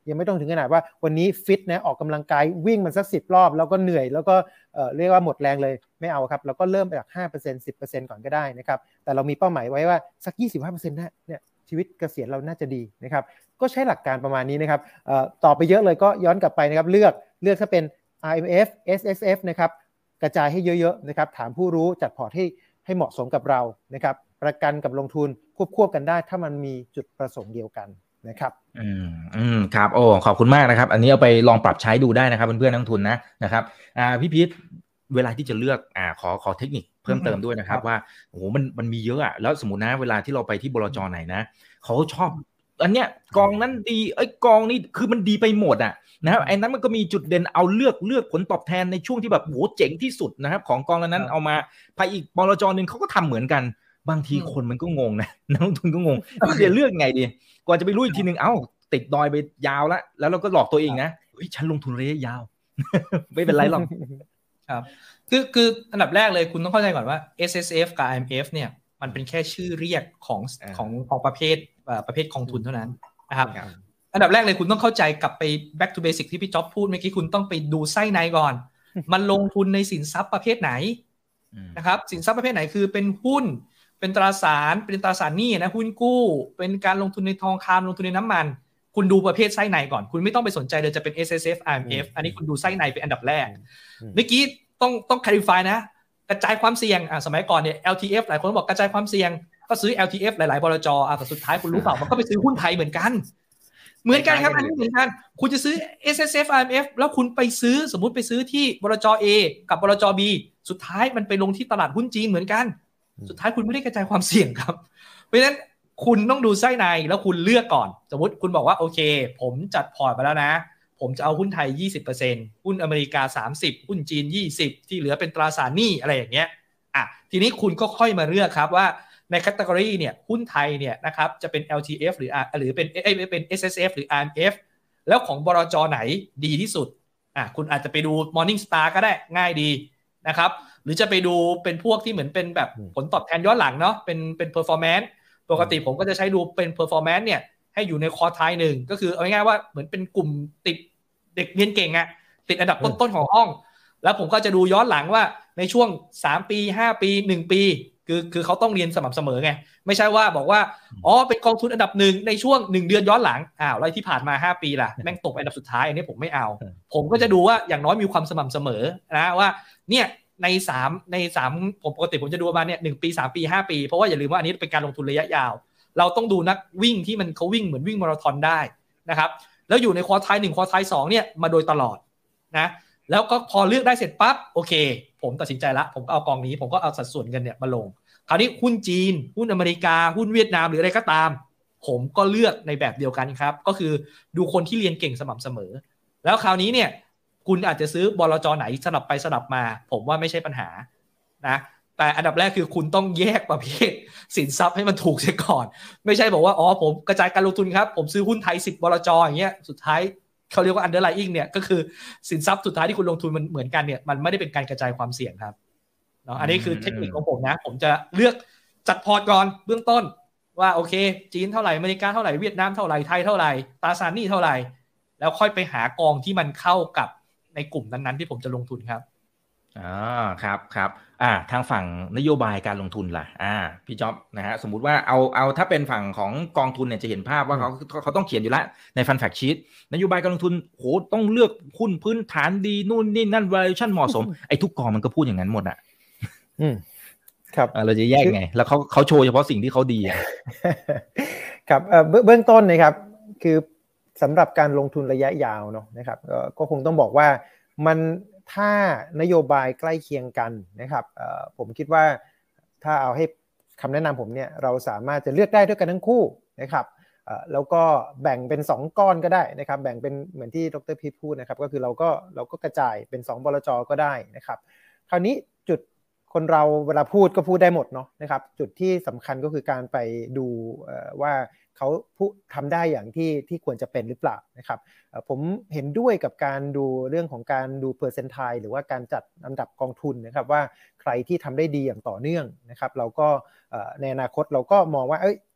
ยังไม่ต้องถึงขนาดว่าวันนี้ฟิตนะออกกำลังกายวิ่งมันสักสิบรอบแล้วก็เหนื่อยแล้วก็เอ่อเรียกว่าหมดแรงเลยไม่เอาครับเราก็เริ่มจาก ห้าเปอร์เซ็นต์ สิบเปอร์เซ็นต์ ก่อนก็ได้นะครับแต่เรามีเป้าหมายไว้ว่าสัก ยี่สิบห้าเปอร์เซ็นต์ นะเนี่ยชีวิตเกษียณเราน่าจะดีนะครับก็ใช้หลักการประมาณนี้นะครับเอ่อต่อไปเยอะเลยก็ย้อนกลับไปนะครับเลือกเลือกถ้าเป็น อาร์ เอ็ม เอฟ เอส เอส เอฟ นะครับกระจายให้เยอะๆนะครับถามผู้รู้จัดพอร์ตให้ให้เหมาะสมกับเรานะครับประกันกับลงทุนควบคู่กันได้ถ้ามันมีจุดประสงค์เดียวกันนะครับอืมอืมครับโอ้ขอบคุณมากนะครับอันนี้เอาไปลองปรับใช้ดูได้นะครับเพื่อนๆนักทุนนะนะครับอ่าพี่พีทเวลาที่จะเลือกอ่าขอขอเทคนิคเพิ่มเติมด้วยนะครับว่าโอ้โหมันมันมีเยอะอะแล้วสมมุตินะเวลาที่เราไปที่บลจไหนนะเขาชอบอันเนี้ยกองนั้นดีไอ้กองนี้คือมันดีไปหมดอ่ะนะครับไอ้นั้นมันก็มีจุดเด่นเอาเลือกเลือกผลตอบแทนในช่วงที่แบบโหเจ๋งที่สุดนะครับของกองนั้นเอามาไปอีกบลจนึงเขาก็ทำเหมือนกันบางทีคนมันก็งงนะนักลงทุนก็งงจะเลือกไงดีก่อนจะไปรู้อีกทีนึงเอ้าติดดอยไปยาวแล้วแล้วเราก็หลอกตัวเองนะเฮ้ยฉันลงทุนระยะยาว ไม่เป็นไรหรอกครับคือคืออันดับแรกเลยคุณต้องเข้าใจก่อนว่า เอส เอส เอฟ กับ ไอ เอ็ม เอฟ เนี่ยมันเป็นแค่ชื่อเรียกของของของประเภทประเภทกองทุนเท่านั้นนะครับอันดับแรกเลยคุณต้องเข้าใจกลับไป back to basic ที่พี่จ๊อบพูดเมื่อกี้คุณต้องไปดูไส้ในก่อนมันลงทุนในสินทรัพย์ประเภทไหนนะครับสินทรัพย์ประเภทไหนคือเป็นหุ้นเป็นตราสารเป็นตราสารหนี้นะหุ้นกู้เป็นการลงทุนในทองคำลงทุนในน้ำมันคุณดูประเภทไส้ในก่อนคุณไม่ต้องไปสนใจเลยจะเป็น เอส เอส เอฟ ไอ เอ็ม เอฟ อันนี้คุณดูไส้ในเป็นอันดับแรกเมื่อกี้ต้องต้อง clarify นะกระจายความเสี่ยงอ่ะสมัยก่อนเนี่ย แอล ที เอฟ หลายคนบอกกระจายความเสี่ยงก็ซื้อ แอล ที เอฟ หลายๆบลจอ่ะแต่สุดท้ายคุณรู้เปล่ามันก็ไปซื้อหุ้นไทยเหมือนกันเหมือนกันครับอันนี้เหมือนกันคุณจะซื้อ เอส เอส เอฟ ไอ เอ็ม เอฟ แล้วคุณไปซื้อสมมุติไปซื้อที่บลจ A กับบลจ B สุดท้ายมันไปลงที่ตลาดหุ้นจีนเหมือนกันสุดท้ายคุณไม่ได้กระจายความเสี่ยงครับเพราะฉะนั้นคุณต้องดูไส้ในแล้วคุณเลือกก่อนสมมุติคุณบอกว่าโอเคผมจัดพอร์ตมาแล้วนะผมจะเอาหุ้นไทย ยี่สิบเปอร์เซ็นต์ หุ้นอเมริกาสามสิบหุ้นจีนยี่สิบที่เหลือเป็นตราสารหนี้อะไรอย่างเงี้ยอ่ะทีนี้คุณก็ค่อยมาเลือกครับว่าในแคตตากรีเนี่ยหุ้นไทยเนี่ยนะครับจะเป็น แอล ที เอฟ หรือหรือเป็นเอ้ยเป็น เอส เอส เอฟ หรือ อาร์ เอ็ม เอฟ แล้วของบลจไหนดีที่สุดอ่ะคุณอาจจะไปดู Morningstar ก็ได้ง่ายดีนะครับหรือจะไปดูเป็นพวกที่เหมือนเป็นแบบผลตอบแทนย้อนหลังเนาะเป็นเป็น performance ปกติผมก็จะใช้ดูเป็น performance เนี่ยให้อยู่ในคอร์ไทยหนึ่งก็คือเอาง่ายๆว่าเหมือนเป็นกลุ่มติดเด็กเรียนเก่งอะติดอันดับต้นๆของห้องแล้วผมก็จะดูย้อนหลังว่าในช่วงสามปีห้าปีหนึ่งปีคือคือเขาต้องเรียนสม่ำเสมอไงไม่ใช่ว่าบอกว่าอ๋อเป็นกองทุนอันดับหนึ่งในช่วงหนึ่งเดือนย้อนหลังอ้าวแล้วที่ผ่านมาห้าปีล่ะแม่งตกอันดับสุดท้ายอันนี้ผมไม่เอาผมก็จะดูว่าอย่างน้อยมีความสม่ำเสมอนะว่าเนี่ยในสามในสามผมปกติผมจะดูประมาณเนี่ยหนึ่งปีสามปีห้าปีเพราะว่าอย่าลืมว่าอันนี้เป็นการลงทุนระยะยาวเราต้องดูนักวิ่งที่มันเขาวิ่งเหมือนวิ่งมาราธอนได้นะครับแล้วอยู่ในควอไทยหนึ่งควอไทยสองเนี่ยมาโดยตลอดนะแล้วก็พอเลือกได้เสร็จปั๊บโอเคผมตัดสินใจละผมก็เอากองนี้ผมก็เอาสัดส่วนเงินเนี่ยมาลงคราวนี้หุ้นจีนหุ้นอเมริกาหุ้นเวียดนามหรืออะไรก็ตามผมก็เลือกในแบบเดียวกันครับก็คือดูคนที่เรียนเก่งสม่ำเสมอแล้วคราวนี้เนี่ยคุณอาจจะซื้อบลจไหนสลับไปสลับมาผมว่าไม่ใช่ปัญหานะแต่อันดับแรกคือคุณต้องแยกประเภทสินทรัพย์ให้มันถูกเสียก่อนไม่ใช่บอกว่าอ๋อผมกระจายการลงทุนครับผมซื้อหุ้นไทยสิบบลจอย่างเงี้ยสุดท้ายเขาเรียกว่า underlying เนี่ยก็คือสินทรัพย์สุดท้ายที่คุณลงทุนมันเหมือนกันเนี่ยมันไม่ได้เป็นการกระจายความเสี่ยงครับเนาะอันนี้คือเทคนิคของผมนะผมจะเลือกจัดพอร์ตก่อนเบื้องต้นว่าโอเคจีนเท่าไหร่อเมริกาเท่าไหร่เวียดนามเท่าไหร่ไทยเท่าไหร่ตราสารหนี้เท่าไหร่แล้วค่อยไปหากองที่มันเข้ากับในกลุ่มนั้นๆที่ผมจะลงทุนครับอ๋อครับครับอ่าทางฝั่งนโยบายการลงทุนล่ะอ่าพี่จ๊อบนะฮะสมมุติว่าเอาเอาถ้าเป็นฝั่งของกองทุนเนี่ยจะเห็นภาพว่าเขาเขาต้องเขียนอยู่แล้วในฟันแฟกชีตนโยบายการลงทุนโหต้องเลือกหุ้นพื้นฐานดีนู่นนี่นั่น valuation เหมาะสมไอ้ทุกกองมันก็พูดอย่างนั้นหมดอ่ะอืมครับเราจะแยกไงแล้วเขาเขาโชว์เฉพาะสิ่งที่เขาดีอ่ะครับเอ่อเบื้องต้นนะครับคือสำหรับการลงทุนระยะยาวเนาะนะครับก็คงต้องบอกว่ามันถ้านโยบายใกล้เคียงกันนะครับผมคิดว่าถ้าเอาให้คำแนะนำผมเนี่ยเราสามารถจะเลือกได้ด้วยกันทั้งคู่นะครับแล้วก็แบ่งเป็นสองก้อนก็ได้นะครับแบ่งเป็นเหมือนที่ดร.พีทพูดนะครับก็คือเราก็เราก็กระจายเป็นสองบลจก็ได้นะครับคราวนี้จุดคนเราเวลาพูดก็พูดได้หมดเนาะนะครับจุดที่สำคัญก็คือการไปดูว่าเขาผู้ทำได้อย่างที่ที่ควรจะเป็นหรือเปล่านะครับผมเห็นด้วยกับการดูเรื่องของการดูเปอร์เซ็นต์ไทหรือว่าการจัดอันดับกองทุนนะครับว่าใครที่ทำได้ดีอย่างต่อเนื่องนะครับเราก็ในอนาคตเราก็มองว่าเอ้ย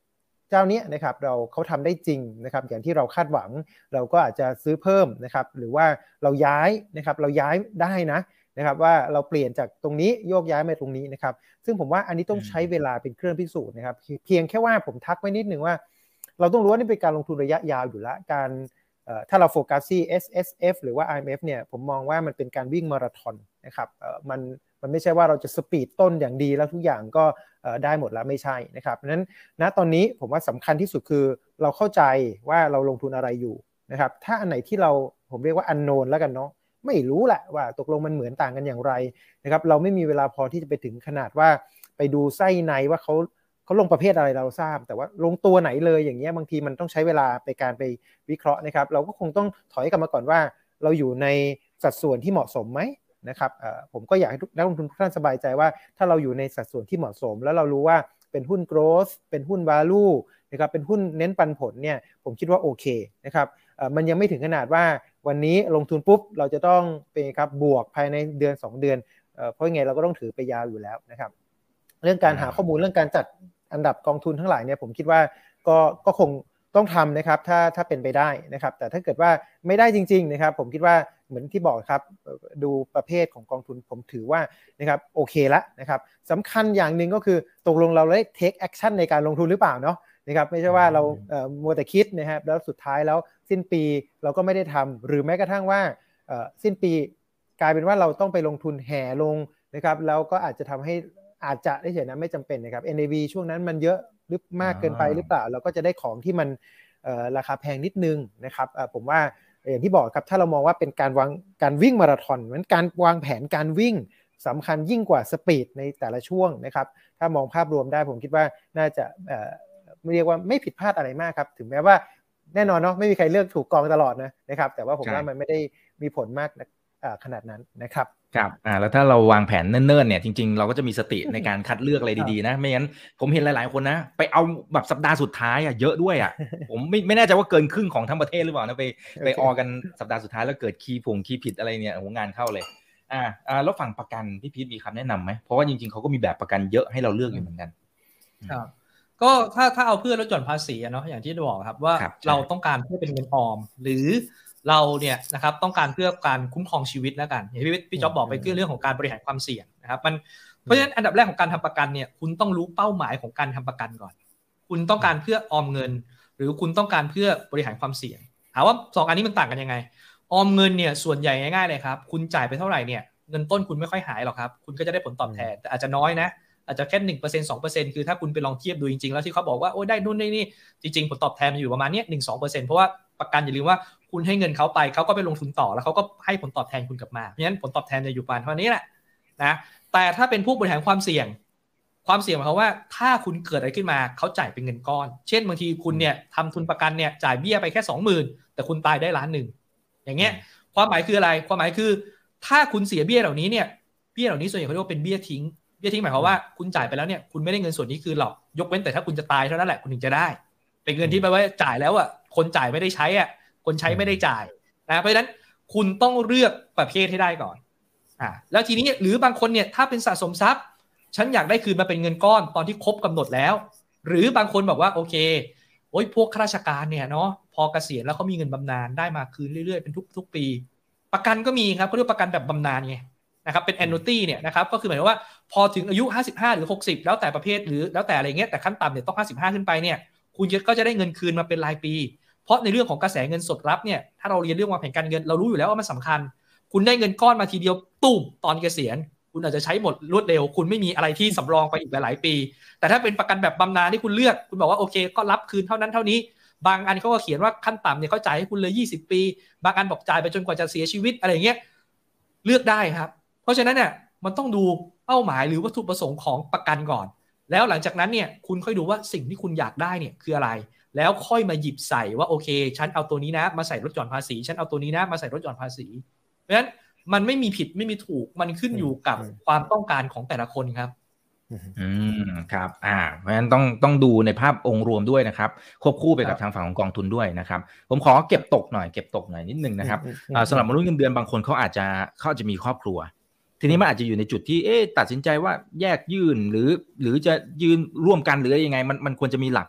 เจ้านี้นะครับเราเขาทำได้จริงนะครับอย่างที่เราคาดหวังเราก็อาจจะซื้อเพิ่มนะครับหรือว่าเราย้ายนะครับเราย้ายได้นะนะครับว่าเราเปลี่ยนจากตรงนี้โยกย้ายมาตรงนี้นะครับซึ่งผมว่าอันนี้ต้องใช้เวลาเป็นเครื่องพิสูจน์นะครับเพียงแค่ว่าผมทักไว้นิดนึงว่าเราต้องรู้ว่านี่เป็นการลงทุนระยะยาวอยู่แล้วการถ้าเราโฟกัสที่ เอส เอส เอฟ หรือว่า ไอ เอ็ม เอฟ เนี่ยผมมองว่ามันเป็นการวิ่งมาราธอนนะครับมันมันไม่ใช่ว่าเราจะสปีดต้นอย่างดีแล้วทุกอย่างก็ได้หมดแล้วไม่ใช่นะครับเพราะฉะนั้นณตอนนี้ผมว่าสำคัญที่สุดคือเราเข้าใจว่าเราลงทุนอะไรอยู่นะครับถ้าอันไหนที่เราผมเรียกว่า unknown แล้วกันเนาะไม่รู้แหละว่าตกลงมันเหมือนต่างกันอย่างไรนะครับเราไม่มีเวลาพอที่จะไปถึงขนาดว่าไปดูไส้ในว่าเขาเขาลงประเภทอะไรเราทราบแต่ว่าลงตัวไหนเลยอย่างเงี้ยบางทีมันต้องใช้เวลาไปการไปวิเคราะห์นะครับเราก็คงต้องถอยกลับมาก่อนว่าเราอยู่ในสัดส่วนที่เหมาะสมไหมนะครับผมก็อยากให้นักลงทุนทุกท่านสบายใจว่าถ้าเราอยู่ในสัดส่วนที่เหมาะสมแล้วเรารู้ว่าเป็นหุ้น growth เป็นหุ้น value นะครับเป็นหุ้นเน้นปันผลเนี่ยผมคิดว่าโอเคนะครับมันยังไม่ถึงขนาดว่าวันนี้ลงทุนปุ๊บเราจะต้องเป็นครับบวกภายในเดือนสองเดือนเพราะยังไงเราก็ต้องถือไปยาวอยู่แล้วนะครับเรื่องการหาข้อมูลเรื่องการจัดอันดับกองทุนทั้งหลายเนี่ยผมคิดว่าก็ก็คงต้องทำนะครับถ้าถ้าเป็นไปได้นะครับแต่ถ้าเกิดว่าไม่ได้จริงๆนะครับผมคิดว่าเหมือนที่บอกครับดูประเภทของกองทุนผมถือว่านะครับโอเคละนะครับสำคัญอย่างหนึ่งก็คือตกลงเราได้ take action ในการลงทุนหรือเปล่าเนาะนะครับไม่ใช่ว่าเราเอ่อมัวแต่คิดนะครับแล้วสุดท้ายแล้วสิ้นปีเราก็ไม่ได้ทำหรือแม้กระทั่งว่าเอ่อสิ้นปีกลายเป็นว่าเราต้องไปลงทุนแห่ลงนะครับแล้วก็อาจจะทำให้อาจจะได้เห็นนะไม่จำเป็นนะครับ เอ็น เอ วี ช่วงนั้นมันเยอะหรือมากเกินไปหรือเปล่าเราก็จะได้ของที่มันราคาแพงนิดนึงนะครับผมว่าอย่างที่บอกครับถ้าเรามองว่าเป็นการวางการวิ่งมาราธอนมันการวางแผนการวิ่งสำคัญยิ่งกว่าสปีดในแต่ละช่วงนะครับถ้ามองภาพรวมได้ผมคิดว่าน่าจะเรียกว่าไม่ผิดพลาดอะไรมากครับถึงแม้ว่าแน่นอนเนาะไม่มีใครเลือกถูกกองตลอดนะนะครับแต่ว่าผมว่ามันไม่ได้มีผลมากขนาดนั้นนะครับครับอ่าแล้วถ้าเราวางแผนเนิ่นๆเนี่ยจริงๆเราก็จะมีสติในการคัดเลือกอะไรดีๆนะไม่งั้นผมเห็นหลายๆคนนะไปเอาแบบสัปดาห์สุดท้ายอ่ะเยอะด้วยอ่ะ ผมไม่ไม่แน่ใจว่าเกินครึ่งของทั้งประเทศหรือเปล่านะไป okay. ไปออกันสัปดาห์สุดท้ายแล้วเกิดคีย์ผงคีย์ผิดอะไรเนี่ยโอ้โหงานเข้าเลยอ่าอ่าแล้วฝั่งประกันพี่พีทมีคำแนะนำไหมเพราะว่าจริงๆเขาก็มีแบบประกันเยอะให้เราเลือกอยู่เหมือนกันครับก็ถ้าถ้าเอาเพื่อลดหย่อนภาษีเนาะอย่างที่บอกครับว่าเราต้องการเพื่อเป็นเงินออมหรือเราเนี่ยนะครับต้องการเพื่อการคุ้มครองชีวิตแล้วกันอย่างที่พี่จ๊อบบอกไปคือเรื่องของการบริหารความเสี่ยงนะครับมันเพราะฉะนั้นอันดับแรกของการทำประกันเนี่ยคุณต้องรู้เป้าหมายของการทำประกันก่อนคุณต้องการเพื่อออมเงินหรือคุณต้องการเพื่อบริหารความเสี่ยงถามว่าสองอันนี้มันต่างกันยังไงออมเงินเนี่ยส่วนใหญ่ง่ายๆเลยครับคุณจ่ายไปเท่าไหร่เนี่ยเงินต้นคุณไม่ค่อยหายหรอกครับคุณก็จะได้ผลตอบแทนแต่อาจจะน้อยนะอาจจะแค่ หนึ่งเปอร์เซ็นต์ สองเปอร์เซ็นต์ คือถ้าคุณไปลองเทียบดูจริงๆแล้วที่เขาบอกว่าโอ้ได้นู่นได้นี่จริงๆผลตอบแทนมันอยู่ประมาณนี้ หนึ่งถึงสองเปอร์เซ็นต์ เพราะว่าประกันอย่าลืมว่าคุณให้เงินเขาไปเขาก็ไปลงทุนต่อแล้วเขาก็ให้ผลตอบแทนคุณกลับมาเพราะฉะนั้นผลตอบแทนจะอยู่ประมาณเท่านี้แหละนะแต่ถ้าเป็นผู้บริหารความเสี่ยงความเสี่ยงหมายความว่าถ้าคุณเกิดอะไรขึ้นมาเขาจ่ายเป็นเงินก้อนเช่นบางทีคุณเนี่ยทำทุนประกันเนี่ยจ่ายเบี้ยไปแค่ สองหมื่น แต่คุณตายได้ล้านหนึ่งอย่างเงี้ยความหมายคืออะไรความหมายคือถ้าคุณเสียเบี้ยเหล่านี้เนี่ยเบี้ยเหล่านี้ส่วนใหญ่เขาเรียกว่าเป็นเบี้ยทิ้งเบี้ยทิ้งหมายความว่าคุณจ่ายไปแล้วเนี่ยคุณไม่ได้เงินส่วนนี้คืนหรอกยกเว้นแต่ถ้าคุณจะตายเท่านั้นแหละคุณถึงจะได้เป็นเงินที่แปลว่าจ่ายแล้วอ่ะคนจ่ายไม่ได้ใช้อ่ะคนใช้ไม่ได้จ่ายนะเพราะฉะนั้นคุณต้องเลือกประเภทให้ได้ก่อนอ่าแล้วทีนี้หรือบางคนเนี่ยถ้าเป็นสะสมทรัพย์ฉันอยากได้คืนมาเป็นเงินก้อนตอนที่ครบกำหนดแล้วหรือบางคนบอกว่าโอเคโอ้ยพวกข้าราชการเนี่ยเนาะพอเกษียณแล้วเขามีเงินบำนาญได้มาคืนเรื่อยๆเป็นทุกทุกปีประกันก็มีครับเขาเรียกประกันแบบบำนาญไงนะครับเป็น annuity เนี่ยนะครับก็คือหมายว่าพอถึงอายุห้าสิบห้าหรือหกสิบแล้วแต่ประเภทหรือแล้วแต่อะไรเงี้ยแต่ขั้นต่ำเนี่ยต้องห้าสิบห้าขึ้นไปเนี่ยคุณก็จะได้เงินคืนมาเป็นรายปีเพราะในเรื่องของกระแสเงินสดรับเนี่ยถ้าเราเรียนเรื่องวางแผนการเงินเรารู้อยู่แล้วว่ามันสำคัญคุณได้เงินก้อนมาทีเดียวตุ้มตอนเกษียณคุณอาจจะใช้หมดรวดเร็วคุณไม่มีอะไรที่สำรองไปอีกหลายๆปีแต่ถ้าเป็นประกันแบบบำนาญที่คุณเลือกคุณบอกว่าโอเคก็รับคืนเท่านั้นเท่านี้บางอันเขาก็เขียนว่าขั้นต่ำเนี่ยเขาจ่ายให้คุณเลยยี่สิบปีบางอันบอกจ่ายไปจนกว่าจะเสียชีวิตอะไรเงี้ยเลือกได้ครับเพราะฉะนั้นเนี่ยมันต้องดูเป้าหมายหรือวัตถุประสงค์ของประกันก่อนแล้วหลังจากนั้นเนี่ยคุณค่อยดูว่าสิ่งที่คุณอยากได้เนี่ยคืออะไรแล้วค่อยมาหยิบใส่ว่าโอเคฉันเอาตัวนี้นะมาใส่ลดหย่อนภาษีฉันเอาตัวนี้นะมาใส่ลดหย่อนภาษีเพราะฉะนั้นมันไม่มีผิดไม่มีถูกมันขึ้นอยู่กับความต้องการของแต่ละคนครับอืมครับอ่าเพราะฉะนั้นต้องต้องดูในภาพองค์รวมด้วยนะครับควบคู่ไปกับทางฝั่งของกองทุนด้วยนะครับผมขอเก็บตกหน่อยเก็บตกหน่อยนิดนึงนะครับอ่าสำหรับมนุษย์เงินเดือนบางคนเขาอาจจะเขาจะมีครอบครัวทีนี้มันอาจจะอยู่ในจุดที่เอ๊ะตัดสินใจว่าแยกยื่นหรือหรือจะยืนร่วมกันหรือยังไงมันมันควรจะมีหลัก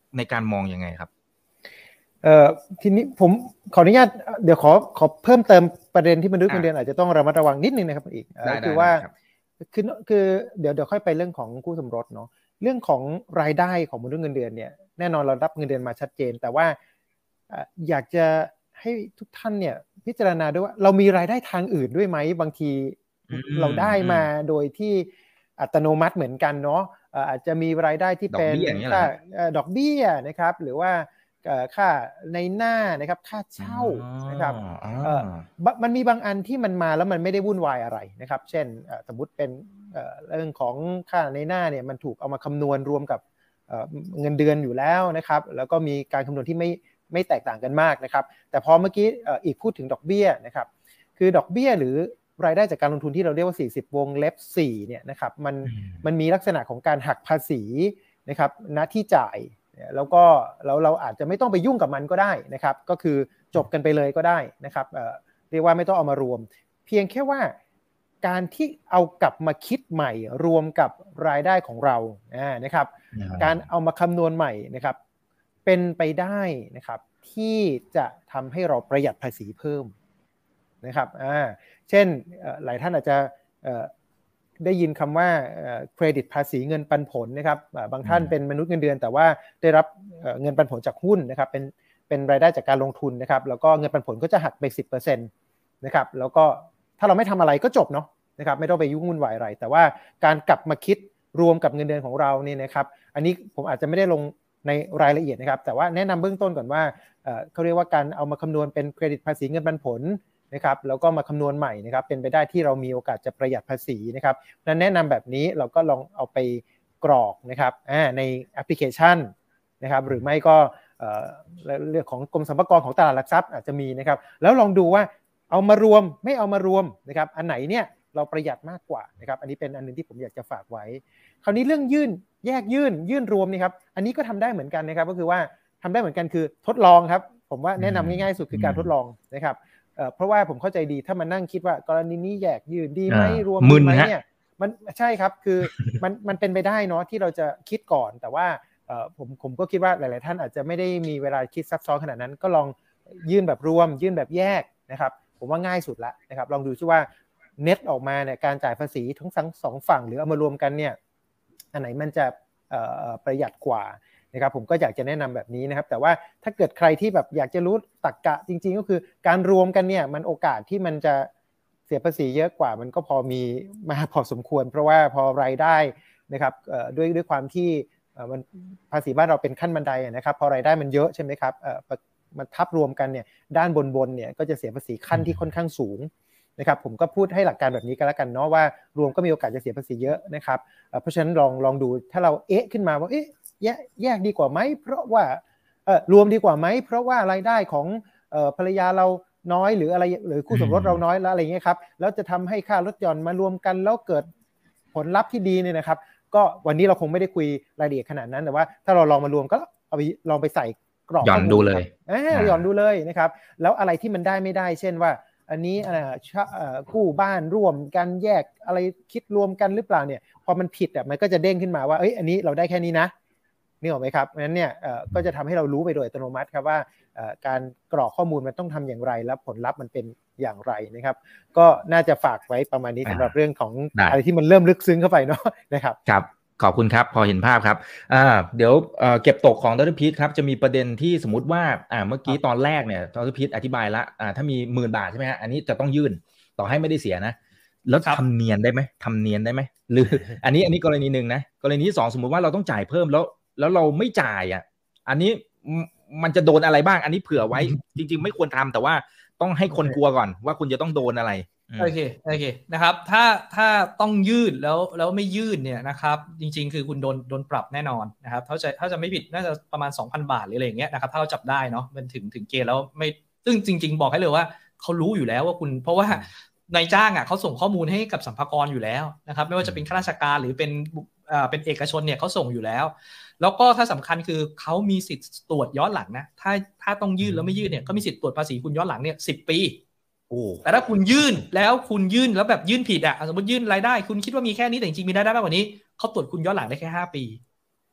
ในการมองยังไงครับเอ่อทีนี้ผมขออนุญาตเดี๋ยวขอขอเพิ่มเติมประเด็นที่มนุษย์เงินเดือนอาจจะต้องระมัดระวังนิดนึงนะครับอีกคือว่าคือคือเดี๋ยวเดี๋ยวค่อยไปเรื่องของคู่สมรสเนาะเรื่องของรายได้ของมนุษย์เงินเดือนเนี่ยแน่นอนเรารับเงินเดือนมาชัดเจนแต่ว่าอยากจะให้ทุกท่านเนี่ยพิจารณาด้วยว่าเรามีรายได้ทางอื่นด้วยไหมบางทีเราได้มาโดยที่อัตโนมัติเหมือนกันเนาะอาจจะมีรายได้ที่เป็นค่าดอกเบี้ยนะครับหรือว่าค่าในหน้านะครับค่าเช่านะครับมันมีบางอันที่มันมาแล้วมันไม่ได้วุ่นวายอะไรนะครับเช่นสมมุติเป็นเรื่องของค่าในหน้าเนี่ยมันถูกเอามาคำนวณรวมกับเงินเดือนอยู่แล้วนะครับแล้วก็มีการคำนวณที่ไม่ไม่แตกต่างกันมากนะครับแต่พอเมื่อกี้อีกพูดถึงดอกเบี้ยนะครับคือดอกเบี้ยหรือรายได้จากการลงทุนที่เราเรียกว่าสี่สิบวงเล็บสี่เนี่ยนะครับมันมันมีลักษณะของการหักภาษีนะครับณที่จ่ายแล้วก็เราเราอาจจะไม่ต้องไปยุ่งกับมันก็ได้นะครับก็คือจบกันไปเลยก็ได้นะครับเอ่อเรียกว่าไม่ต้องเอามารวมเพียงแค่ว่าการที่เอากลับมาคิดใหม่รวมกับรายได้ของเราอ่านะครับการเอามาคำนวณใหม่นะครับเป็นไปได้นะครับที่จะทำให้เราประหยัดภาษีเพิ่มนะครับอ่าเช่นหลายท่านอาจจะได้ยินคำว่าเครดิตภาษีเงินปันผลนะครับบางท่านเป็นมนุษย์เงินเดือนแต่ว่าได้รับเงินปันผลจากหุ้นนะครับเป็นเป็นรายได้จากการลงทุนนะครับแล้วก็เงินปันผลก็จะหักไป สิบเปอร์เซ็นต์ นะครับแล้วก็ถ้าเราไม่ทำอะไรก็จบเนาะนะครับไม่ต้องไปยุ่งวุ่นวายอะไรแต่ว่าการกลับมาคิดรวมกับเงินเดือนของเราเนี่ยนะครับอันนี้ผมอาจจะไม่ได้ลงในรายละเอียดนะครับแต่ว่าแนะนำเบื้องต้นก่อนว่าเขาเรียกว่าการเอามาคำนวณเป็นเครดิตภาษีเงินปันผลนะครับแล้วก็มาคำนวณใหม่นะครับเป็นไปได้ที่เรามีโอกาสจะประหยัดภาษีนะครับนั้นแนะนำแบบนี้เราก็ลองเอาไปกรอกนะครับในแอปพลิเคชันนะครับหรือไม่ก็เรื่องของกรมสรรพากรของตลาดหลักทรัพย์อาจจะมีนะครับแล้วลองดูว่าเอามารวมไม่เอามารวมนะครับอันไหนเนี่ยเราประหยัดมากกว่านะครับอันนี้เป็นอันนึงที่ผมอยากจะฝากไว้คราวนี้เรื่องยื่นแยกยื่นยื่นรวมนี่ครับอันนี้ก็ทำได้เหมือนกันนะครับก็คือว่าทำได้เหมือนกันคือทดลองครับผมว่าแนะนำง่ายๆสุดคือการทดลองนะครับเพราะว่าผมเข้าใจดีถ้ามานั่งคิดว่ากรณีนี้แยกยื่นดีไหมรวมดีไหมเนี่ยมันใช่ครับคือมันมันเป็นไปได้เนาะที่เราจะคิดก่อนแต่ว่าผมผมก็คิดว่าหลายๆท่านอาจจะไม่ได้มีเวลาคิดซับซ้อนขนาดนั้นก็ลองยื่นแบบรวมยื่นแบบแยกนะครับผมว่าง่ายสุดละนะครับลองดูซิว่าเน็ตออกมาเนี่ยการจ่ายภาษีทั้งสองฝั่งหรือเอามารวมกันเนี่ยอันไหนมันจะประหยัดกว่านะครับผมก็อยากจะแนะนำแบบนี้นะครับแต่ว่าถ้าเกิดใครที่แบบอยากจะรู้ตรรกะจริงๆก็คือการรวมกันเนี่ยมันโอกาสที่มันจะเสียภาษีเยอะกว่ามันก็พอมีมาพอสมควรเพราะว่าพอรายได้นะครับด้วยด้วยความที่มันภาษีบ้านเราเป็นขั้นบันไดนะครับพอรายได้มันเยอะใช่ไหมครับมันทับรวมกันเนี่ยด้านบนๆเนี่ยก็จะเสียภาษีขั้นที่ค่อนข้างสูงนะครับผมก็พูดให้หลักการแบบนี้ก็แล้วกันเนาะว่ารวมก็มีโอกาสจะเสียภาษีเยอะนะครับเพราะฉะนั้นลองลองดูถ้าเราเอ๊ะขึ้นมาว่าเอ๊ะแยกแยกดีกว่าไหมเพราะว่าเออรวมดีกว่าไหมเพราะว่ารายได้ของเอ่อภรรยาเราน้อยหรืออะไรหรือคู่สมรสเราน้อยแล้วอะไรเงี้ยครับแล้วจะทำให้ค่ารถยนต์มารวมกันแล้วเกิดผลลัพธ์ที่ดีเนี่ยนะครับก็วันนี้เราคงไม่ได้คุยรายละเอียดขนาดนั้นแต่ว่าถ้าเราลองมารวมก็เอาไปลองไปใส่กรอบหย่อนดูเลยเออหย่อนดูเลยนะครับแล้วอะไรที่มันได้ไม่ได้เช่นว่าอันนี้กู้บ้านร่วมกันแยกอะไรคิดรวมกันหรือเปล่าเนี่ยพอมันผิดอ่ะมันก็จะเด้งขึ้นมาว่าเอ้ยอันนี้เราได้แค่นี้นะนี่ออกไหมครับเพราะฉะนั้นเนี่ยก็จะทำให้เรารู้ไปโดยอัตโนมัติครับว่าการกรอกข้อมูลมันต้องทำอย่างไรและผลลัพธ์มันเป็นอย่างไรนะครับก็น่าจะฝากไว้ประมาณนี้สำหรับเรื่องของอะไรที่มันเริ่มลึกซึ้งเข้าไปเนาะนะครับครับขอบคุณครับพอเห็นภาพครับอ่าเดี๋ยวเอ่อเก็บตกของดร.พีทครับจะมีประเด็นที่สมมุติว่าอ่าเมื่อกี้ตอนแรกเนี่ยดร.พีทอธิบายละอ่าถ้ามีหมื่นบาทใช่ไหมฮะอันนี้จะต้องยื่นต่อให้ไม่ได้เสียนะแล้วทำเนียนได้ไหมทำเนียนได้ไหมหรืออันนี้อันนี้กรณีหนึ่งนะกรณีที่สองสมมุติว่าเราต้องจ่ายเพิ่มแล้วแล้วเราไม่จ่ายอ่ะอันนี้มันจะโดนอะไรบ้างอันนี้เผื่อไว้จริงๆไม่ควรทำแต่ว่าต้องให้คนกลัวก่อนว่าคุณจะต้องโดนอะไรโอเคโอเคนะครับถ้าถ้าต้องยื่นแล้วแล้วไม่ยื่นเนี่ยนะครับจริงๆคือคุณโดนโดนปรับแน่นอนนะครับถ้าจะถ้าจะไม่ผิดน่าจะประมาณ สองพัน บาทหรืออะไรอย่างเงี้ยนะครับถ้าเราจับได้เนาะมันถึงถึงเกณฑ์แล้วไม่ซึ่งจริงๆบอกให้เลยว่าเขารู้อยู่แล้วว่าคุณเพราะว่านายจ้างอ่ะเขาส่งข้อมูลให้กับสรรพากรอยู่แล้วนะครับไม่ว่าจะเป็นข้าราชการหรือเป็นอ่าเป็นเอกชนเนี่ยเขาส่งอยู่แล้วแล้วก็ถ้าสำคัญคือเขามีสิทธิ์ตรวจย้อนหลังนะถ้าถ้าต้องยื่นแล้วไม่ยื่นเนี่ยก็มีสิทธิ์ตรวจภาษีคุณย้อนหลังเนี่ยสิบปีแต่ถ้าคุณยื่นแล้วคุณยื่นแล้วแบบยื่นผิดอ่ะสมมติยื่นรายได้คุณคิดว่ามีแค่นี้แต่จริงๆมีรายได้มากกว่านี้เขาตรวจคุณย้อนหลังได้แค่ห้าปี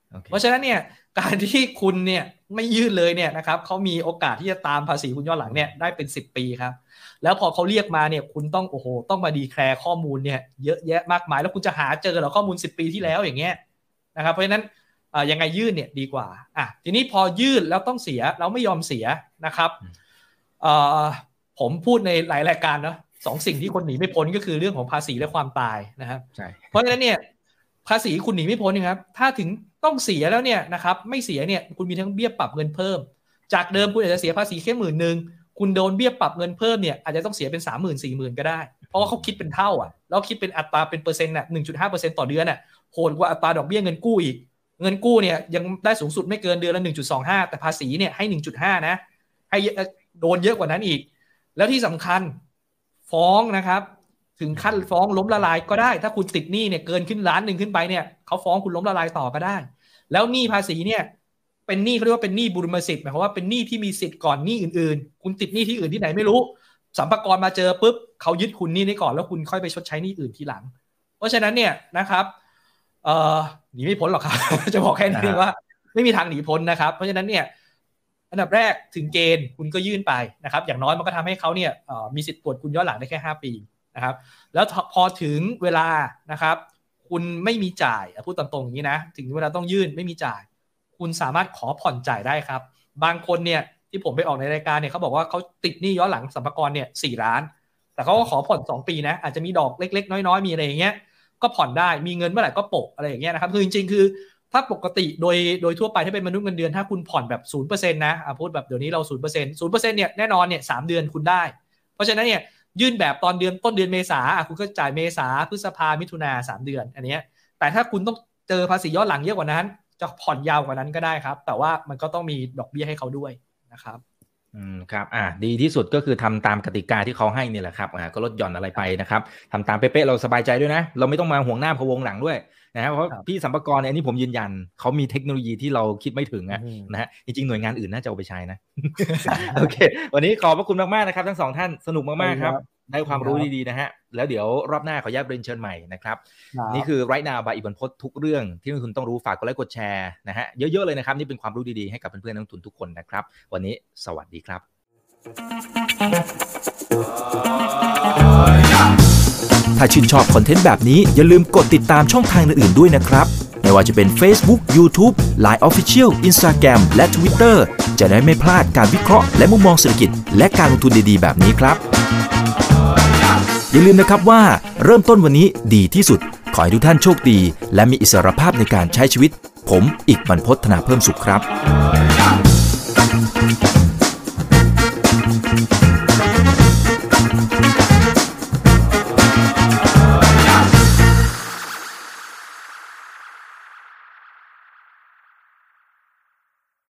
เพราะฉะนั้นเนี่ยการที่คุณเนี่ยไม่ยื่นเลยเนี่ยนะครับเขามีโอกาสที่จะตามภาษีคุณย้อนหลังเนี่ยได้เป็นสิบปีครับแล้วพอเขาเรียกมาเนี่ยคุณต้องโอ้โหต้องมาดีแคลร์ข้อมูลเนี่ยเยอะแยะมากมายแล้วคุณจะหาเจอเหรอข้อมูลสิบปีที่แล้วอย่างเงี้ยนะครับเพราะฉะนั้นยังไงยื่นเนี่ยดีกว่าอ่ะทีนี้พอยื่นแล้วต้องเสียแล้วไม่ยอมเสียนะครับผมพูดในหลายรายการเนาะสองสิ่งที่คนหนีไม่พ้นก็คือเรื่องของภาษีและความตายนะครับใช่เพราะฉะนั้นเนี่ยภาษีคุณหนีไม่พ้นนะครับถ้าถึงต้องเสียแล้วเนี่ยนะครับไม่เสียเนี่ยคุณมีทั้งเบี้ยปรับเงินเพิ่มจากเดิมคุณอาจจะเสียภาษีแค่หมื่นนึงคุณโดนเบี้ยปรับเงินเพิ่มเนี่ยอาจจะต้องเสียเป็น สามหมื่น สี่หมื่น ก็ได้เพราะว่าเขาคิดเป็นเท่าอ่ะแล้วคิดเป็นอัตราเป็นเปอร์เซ็นต์น่ะ หนึ่งจุดห้าเปอร์เซ็นต์ ต่อเดือนน่ะโหดกว่าอัตราดอกเบี้ยเงินกู้อีกเงินกู้เนี่ยยังได้สูงสุดไม่เกินเดือนละ หนึ่งจุดสองห้า แต่ภาษีเนี่ยให้ หนึ่งจุดห้า นะให้โดนเยอะกว่านั้นอีกแล้วที่สำคัญฟ้องนะครับถึงขั้นฟ้องล้มละลายก็ได้ถ้าคุณติดหนี้เนี่ยเกินขึ้นล้านหนึ่งขึ้นไปเนี่ยเขาฟ้องคุณล้มละลายต่อก็ได้แล้วหนี้ภาษีเนี่ยเป็นหนี้เขาเรียกว่าเป็นหนี้บุรมสิทธิ์หมายความว่าเป็นหนี้ที่มีสิทธิ์ก่อนหนี้อื่นๆคุณติดหนี้ที่อื่นที่ไหนไม่รู้สรรพากรมาเจอปุ๊บเขายึดคุณหนี้นี้ก่อนแล้วคุณค่อยไปชดใช้หนี้อื่นทีหลังเพราะฉะนั้นเนี่ยนะครับเอ่อหนีไม่พ้นหรอกครับ จะบอกแค่นี้ว่าไม่มีทางหนีพ้นนะครับเพราะฉะนั้นเนี่ยอันดับแรกถึงเกณฑ์คุณก็ยื่นไปนะครับอย่างน้อยมันก็ทำให้เขาเนี่ยมีสิทธิ์ตรวจคุณย้อนหลังได้แค่ห้าปีนะครับแล้วพอถึงเวลานะครับคุณไม่มีจ่ายพูดตรงๆอย่างนี้นะถึงเวลาต้องยื่นไม่มีจ่ายคุณสามารถขอผ่อนจ่ายได้ครับบางคนเนี่ยที่ผมไปออกในรายการเนี่ยเขาบอกว่าเขาติดหนี้ย้อนหลังสรรพากรเนี่ยสี่ล้านแต่เขาก็ขอผ่อนสองปีนะอาจจะมีดอกเล็กๆน้อยๆมีอะไรอย่างเงี้ยก็ผ่อนได้มีเงินเมื่อไหร่ก็โปะอะไรอย่างเงี้ยนะครับคือจริงๆคือถ้าปกติโดยโดยทั่วไปถ้าเป็นมนุษย์เงินเดือนถ้าคุณผ่อนแบบ ศูนย์เปอร์เซ็นต์ นะอ่ะพูดแบบเดี๋ยวนี้เรา ศูนย์เปอร์เซ็นต์ ศูนย์เปอร์เซ็นต์ เนี่ยแน่นอนเนี่ยสามเดือนคุณได้เพราะฉะนั้นเนี่ยยื่นแบบตอนเดือนต้นเดือนเมษาอ่ะคุณก็จ่ายเมษาพฤษภามิถุนาสามเดือนอันเนี้ยแต่ถ้าคุณต้องเจอภาษีย้อนหลังเยอะกว่านั้นจะผ่อนยาวกว่านั้นก็ได้ครับแต่ว่ามันก็ต้องมีดอกเบี้ยให้เขาด้วยนะครับอืมครับอ่าดีที่สุดก็คือทำตามกติกาที่เขาให้นี่แหละครับอ่าก็ลดหย่อนอะไรไปนะครับทำตามเป๊ะๆเราสบายใจด้วยนะเราไม่ต้องมาห่วงหน้าพะวงหลังด้วยนะครับเพราะพี่สัมภากรเนี่ยอันนี้ผมยืนยันเขามีเทคโนโลยีที่เราคิดไม่ถึงนะฮะจริงๆหน่วยงานอื่นน่าจะเอาไปใช้นะ โอเควันนี้ขอบพระคุณมากๆนะครับทั้งสองท่านสนุกมากๆครับได้ความรู้ดีๆนะฮะแล้วเดี๋ยวรอบหน้าขออนุญาตเรียนเชิญใหม่นะครับนี่คือ Right Now by อีกบรรพตทุกเรื่องที่นักลงทุนต้องรู้ฝากกดไลค์กดแชร์นะฮะเยอะๆเลยนะครับนี่เป็นความรู้ดีๆให้กับเพื่อนๆนักลงทุนทุกคนนะครับวันนี้สวัสดีครับถ้าชื่นชอบคอนเทนต์แบบนี้อย่าลืมกดติดตามช่องทางอื่นๆด้วยนะครับไม่ว่าจะเป็น Facebook, YouTube, ไลน์ Official, Instagram และ Twitter จะได้ไม่พลาดการวิเคราะห์และมุมมองเศรษฐกิจและการลงทุนดีๆแบบนี้ครับอย่าลืมนะครับว่าเริ่มต้นวันนี้ดีที่สุดขอให้ทุกท่านโชคดีและมีอิสรภาพในการใช้ชีวิตผมอีกบรรพต ธนาเพิ่มสุขครับ